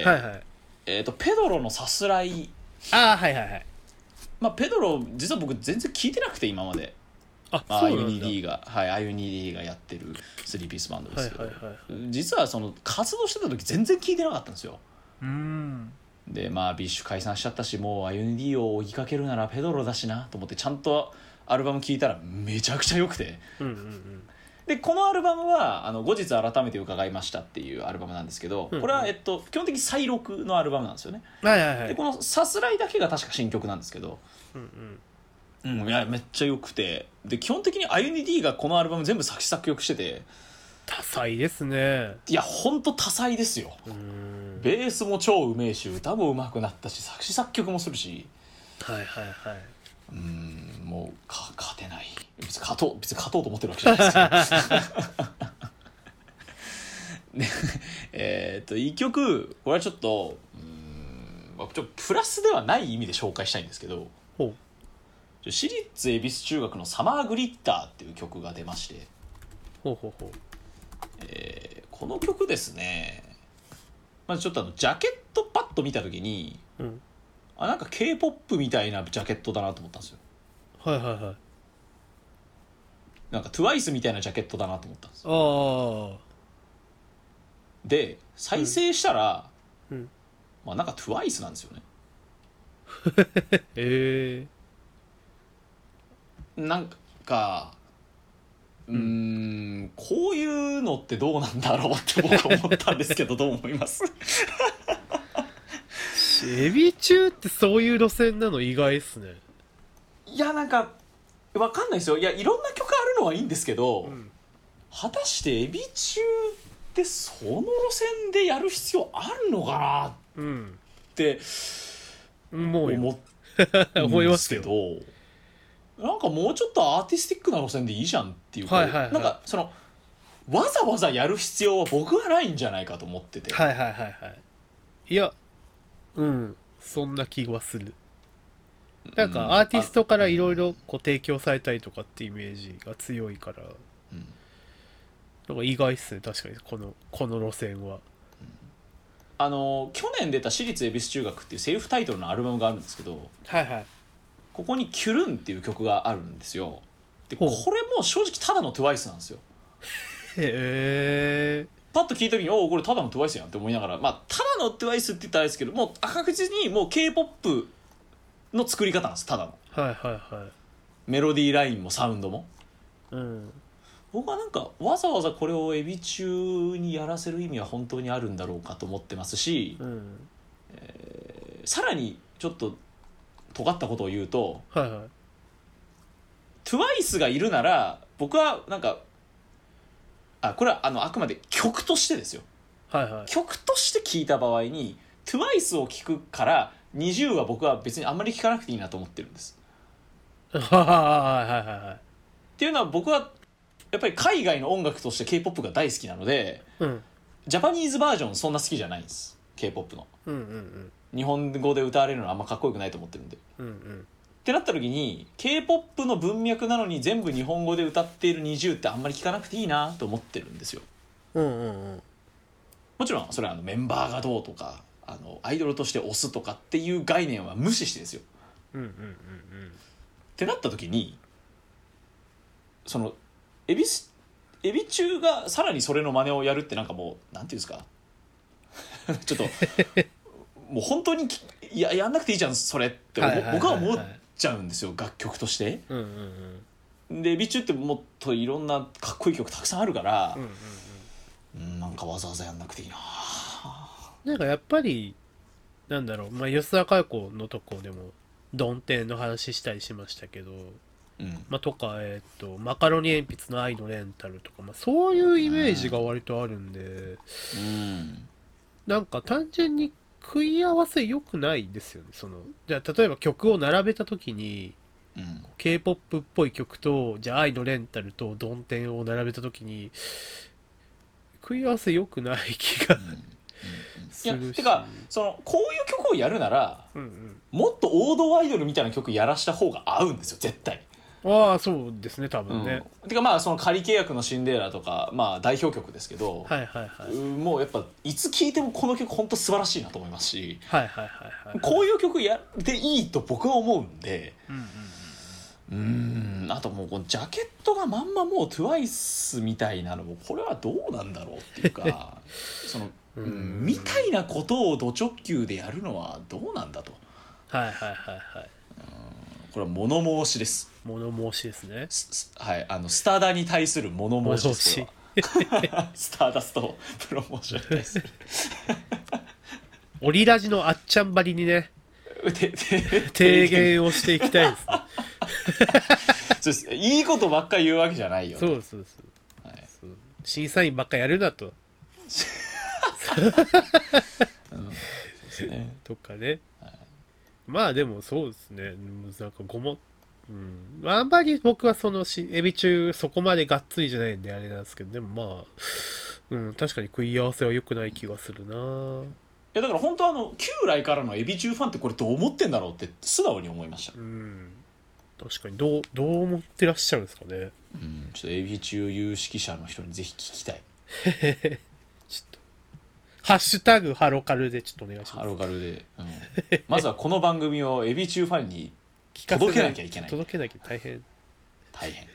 はいはい、 えーとペドロのさすらい、 あ、はいはいはい、 まあ、ペドロ実は僕全然聞いてなくて今まで。 あ、 アイユニーディー が、はい、アイユニーディー がやってるスリーピースバンドですけど、はいはいはい、実はその活動してた時全然聞いてなかったんですよ。 うーんでまあビッシュ解散しちゃったし、もう アイユニーディー を追いかけるならペドロだしなと思ってちゃんとアルバム聴いたらめちゃくちゃ良くて、 うんうんうん、 でこのアルバムはあの後日改めて伺いましたっていうアルバムなんですけど、これは、えっと、基本的に再録のアルバムなんですよね、 はいはいはい、 でこのさすらいだけが確か新曲なんですけど、うんうんうん、いやめっちゃ良くて、で基本的に アイユニーディー がこのアルバム全部作詞作曲してて多彩ですね。 いやほんと多彩ですよ。うーん、ベースも超うめえし歌もうまくなったし作詞作曲もするし、 はいはいはい、 うーんもうか勝てない別に勝とう別に勝とうと思ってるわけじゃないですけどでえっといっきょくこれはちょっとうーんちょっとプラスではない意味で紹介したいんですけど、 ほう私立恵比寿中学のサマーグリッターっていう曲が出まして、 ほうほうほう、 えー、この曲ですね、まずちょっとあのジャケットパッと見た時に、 うん、 あなんか K-ポップ みたいなジャケットだなと思ったんですよ。 はいはいはい、 なんか トゥワイス みたいなジャケットだなと思ったんですよ。 ああ、 で再生したら、 うんうん、 まあなんか トゥワイス なんですよね。 えー、なんかうーん、うん、こういうのってどうなんだろうって僕は思ったんですけどどう思いますエビ中ってそういう路線なの意外っすね。 いやなんかわかんないですよ。いやいろんな曲あるのはいいんですけど、うん、果たしてエビ中ってその路線でやる必要あるのかなって思うんですけど、なんかもうちょっとアーティスティックな路線でいいじゃんっていうか、はいはいはい、なんかそのわざわざやる必要は僕はないんじゃないかと思ってて、 はいはいはいはい、いやうんそんな気はする。なんかアーティストからいろいろ提供されたりとかってイメージが強いから、うん、なんか意外っすね確かにこのこの路線は。 あの去年出た私立恵比寿中学っていうセルフタイトルのアルバムがあるんですけど、 はいはい、 ここにキュルンっていう曲があるんですよ。でこれも正直ただの トゥワイス なんですよ。 へえ。 パッと聞いた時におおこれただの トゥワイス やんって思いながら、まあただの トゥワイス って言ったらあれですけどもう確実にもう K-ポップ の作り方なんです。ただのはいはいはい、 メロディーラインもサウンドも、 うん、 僕はなんかわざわざこれをエビ中にやらせる意味は本当にあるんだろうかと思ってますし、うんえー、さらにちょっと尖ったことを言うと、 はいはい、 トゥワイス がいるなら僕はなんかあこれはあのあくまで曲としてですよ、 はいはい、 曲として聴いた場合に トゥワイス を聴くからにじゅうは僕は別にあんまり聴かなくていいなと思ってるんです。 はいはいはいはい。 っていうのは僕はやっぱり海外の音楽として K-ポップ が大好きなので、 うん、 ジャパニーズバージョンそんな好きじゃないんです K-ポップ の、 うんうんうん、 日本語で歌われるのはあんまかっこよくないと思ってるんで、 うんうん、 ってなった時に K-ポップ の文脈なのに全部日本語で歌っているにじゅうってあんまり聞かなくていいなと思ってるんですよ。 うんうんうん、 もちろんそれはあのメンバーがどうとかあのアイドルとして推すとかっていう概念は無視してですよ、 うんうんうんうん、 ってなった時にそのエビスエビ中がさらにそれの真似をやるってなんかもうなんていうんですかちょっともう本当にいややんなくていいじゃんそれって、はいはいはいはい、僕は思っちゃうんですよ楽曲として、うんうんうん、でエビ中ってもっといろんなかっこいい曲たくさんあるから、うんうんうん、なんかわざわざやんなくていいな。 なんかやっぱりなんだろう、まあ、吉沢佳代子のとこでもドンテンの話したりしましたけど、うんまあ、とか、えー、とマカロニ鉛筆の愛のレンタルとか、まあ、そういうイメージが割とあるんで、うん、なんか単純に食い合わせ良くないですよね。そのじゃあ例えば曲を並べた時に、うん、K-ポップ っぽい曲とじゃあ愛のレンタルとドンテンを並べた時に食い合わせ良くない気が、うんいやてかそのこういう曲をやるなら、うんうん、もっと王道アイドルみたいな曲やらした方が合うんですよ絶対。 ああそうですね多分ね、 うん、てかまあその仮契約のシンデレラとかまあ代表曲ですけど、 はいはいはい、 もうやっぱいつ聴いてもこの曲本当素晴らしいなと思いますし、 はいはいはいはい、 こういう曲やっていいと僕は思うんで、うんうんうん、うーんあともうこのジャケットがまんまもう トゥワイス みたいなのもこれはどうなんだろうっていうかそのうん、みたいなことをド直球でやるのはどうなんだと。 はいはいはいはい。 これは物申しです。 物申しですね。 はい、あのスタダに対する物申しです。これはスターダストプロモーションに対するオリラジのあっちゃんばりにね提言をしていきたいですねいいことばっかり言うわけじゃないよ。 そうそうそう、はい、そう審査員ばっかりやるなとうん、ね、とかね、はい、まあでもそうですねなんかごもうん、あんまり僕はそのしエビ中そこまでがっつりじゃないんであれなんですけど、でもまあ、うん、確かに食い合わせは良くない気がするな。 いやだから本当あの旧来からのエビ中ファンってこれどう思ってんだろうって素直に思いました。 うん、確かにどうどう思ってらっしゃるんですかね。 うん、ちょっとエビ中有識者の人にぜひ聞きたい。 ちょっとハッシュタグハロカルでちょっとお願いします。 ハロカルで、うん、まずはこの番組をエビ中ファンに届けなきゃいけない。 届けなきゃ大変大変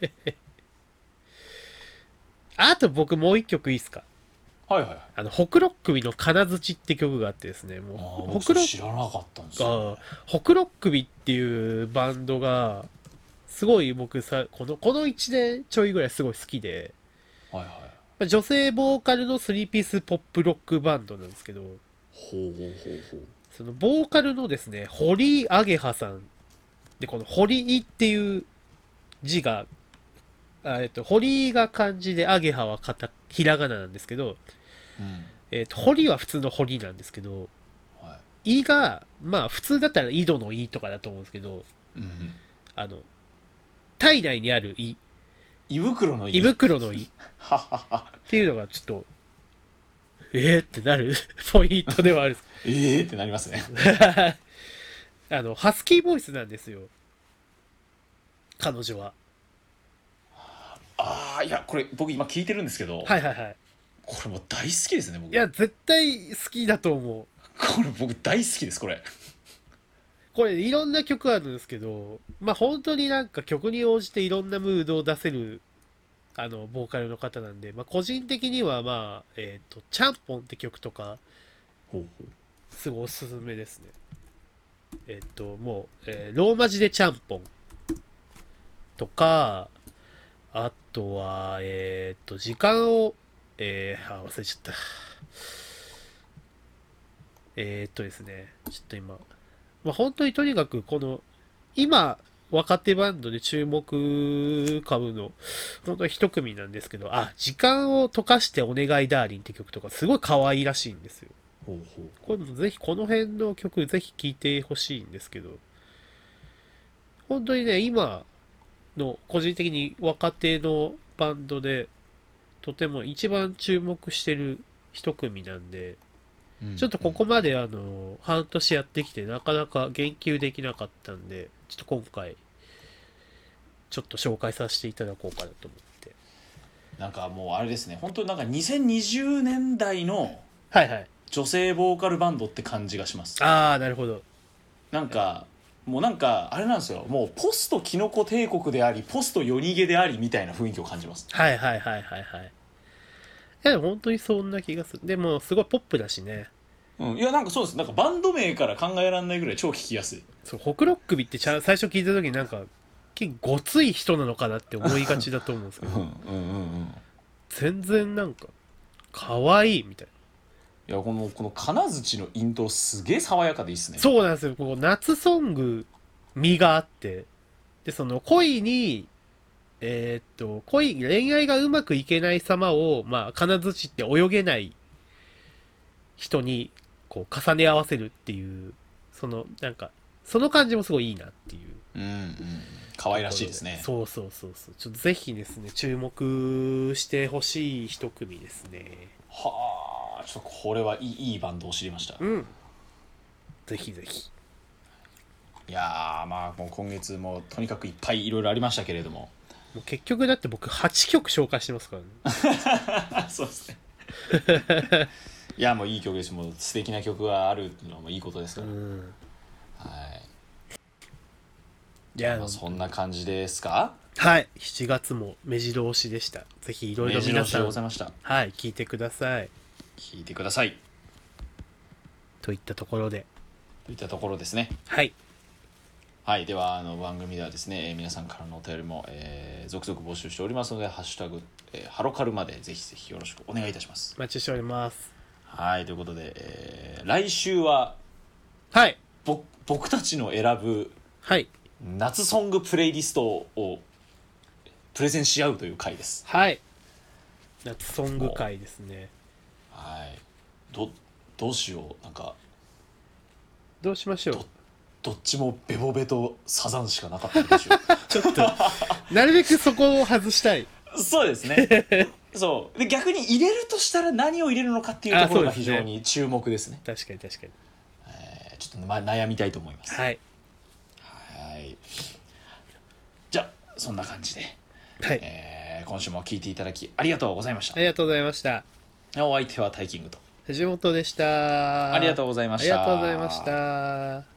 あと僕もう一曲いいですか。 はいはいはい。 あのホクロックビの金槌って曲があってですね、もうホクロ知らなかったんですよ、ね、 ホクロックビっていうバンドがすごい僕さこのこのいちねんちょいぐらいすごい好きで、 はいはい、 女性ボーカルのスリーピースポップロックバンドなんですけど、ほうほうほうほう、 そのボーカルのですね堀井アゲハさんで、この堀井っていう字がえっと堀井が漢字でアゲハはカタひらがななんですけど、うん、えっと堀は普通の堀なんですけど、はい、井がまあ普通だったら井戸の井とかだと思うんですけど、うん、あの体内にある胃、 胃袋の胃、 胃袋の胃っていうのがちょっとえーってなるポイントではあるえーってなりますねあのハスキーボイスなんですよ彼女は。 ああ、いやこれ僕今聞いてるんですけど、 はいはいはい、 これもう大好きですね僕。 いや絶対好きだと思う。 これ僕大好きですこれ。 これいろんな曲あるんですけど、まあ本当になんか曲に応じていろんなムードを出せるあのボーカルの方なんで、まあ個人的にはまあえっとちゃんぽんって曲とかすごいおすすめですね。えっともう、えー、ローマ字でちゃんぽんとか、あとはえっと時間をえー、あ忘れちゃった。えー、っとですねちょっと今まあ、本当にとにかくこの今若手バンドで注目株の本当に一組なんですけど、あ、時間を溶かしてお願いダーリンって曲とかすごい可愛いらしいんですよ。ほうほう、これもぜひこの辺の曲ぜひ聴いてほしいんですけど、本当にね今の個人的に若手のバンドでとても一番注目してる一組なんで、ちょっとここまであの半年やってきてなかなか言及できなかったんで、ちょっと今回ちょっと紹介させていただこうかなと思って。 なんかもうあれですね、本当になんかにせんにじゅうねんだいのはいはい女性ボーカルバンドって感じがします。 ああなるほど。 なんかもうなんかあれなんですよ、もうポストキノコ帝国でありポスト夜逃げでありみたいな雰囲気を感じます。 はいはいはいはいはい。いや本当にそんな気がする。でもすごいポップだしね。 うん、いやなんかそうです、なんかバンド名から考えられないぐらい超聞きやすい。 そうホクロックビってちゃ最初聞いた時になんか結構ごつい人なのかなって思いがちだと思うんですけどうんうんうん、うん、全然なんか可愛いみたいな。いやこのこの金槌のイントロすげえ爽やかでいいっすね。 そうなんですよ。こう夏ソング味があって、でその恋にえー、っと恋恋愛がうまくいけない様をまあ金槌って泳げない人にこう重ね合わせるっていう、そのなんかその感じもすごいいいなっていう。 うんうん、可愛らしいですね。 そうそうそうそう。ちょっとぜひですね注目してほしい一組ですね。 はあ、ちょっとこれはいい、いいバンドを知りました。 うん。ぜひぜひ。 いやーまあもう今月もとにかくいっぱいいろいろありましたけれども。もう結局だって僕はちきょく紹介してますからね。そうですね。いやもういい曲ですし、もう素敵な曲があるのもいいことですから。うん、はい。いや、まあ、そんな感じですか。 はい、しちがつも目白押しでした。ぜひいろいろ皆さん、 ございました。 はい、聞いてください。 聞いてください。 といったところで。 といったところですね。 はい。 はい、ではあの番組ではですね、えー、皆さんからのお便りも、えー、続々募集しておりますので、ハッシュタグ、えー、ハロカルまでぜひぜひよろしくお願いいたします。 お待ちしております。 はい、ということで、えー、来週は、 はい、 ぼ僕たちの選ぶ、 はい、 夏ソングプレイリストをプレゼンし合うという回です。 はい、夏ソング回ですね。 はい、どどうしよう、なんかどうしましょう。 どっちもベボベとサザンしかなかったでしょちょっとなるべくそこを外したい。 そうですねそうで逆に入れるとしたら何を入れるのかっていうところが非常に注目ですね。 確かに確かに、 えー、ちょっと、ま、悩みたいと思います。 はい、 はい、じゃあそんな感じで、 はい、 えー、今週も聞いていただきありがとうございました。 ありがとうございました。 お相手はタイキングと藤本でした。 ありがとうございました。 ありがとうございました。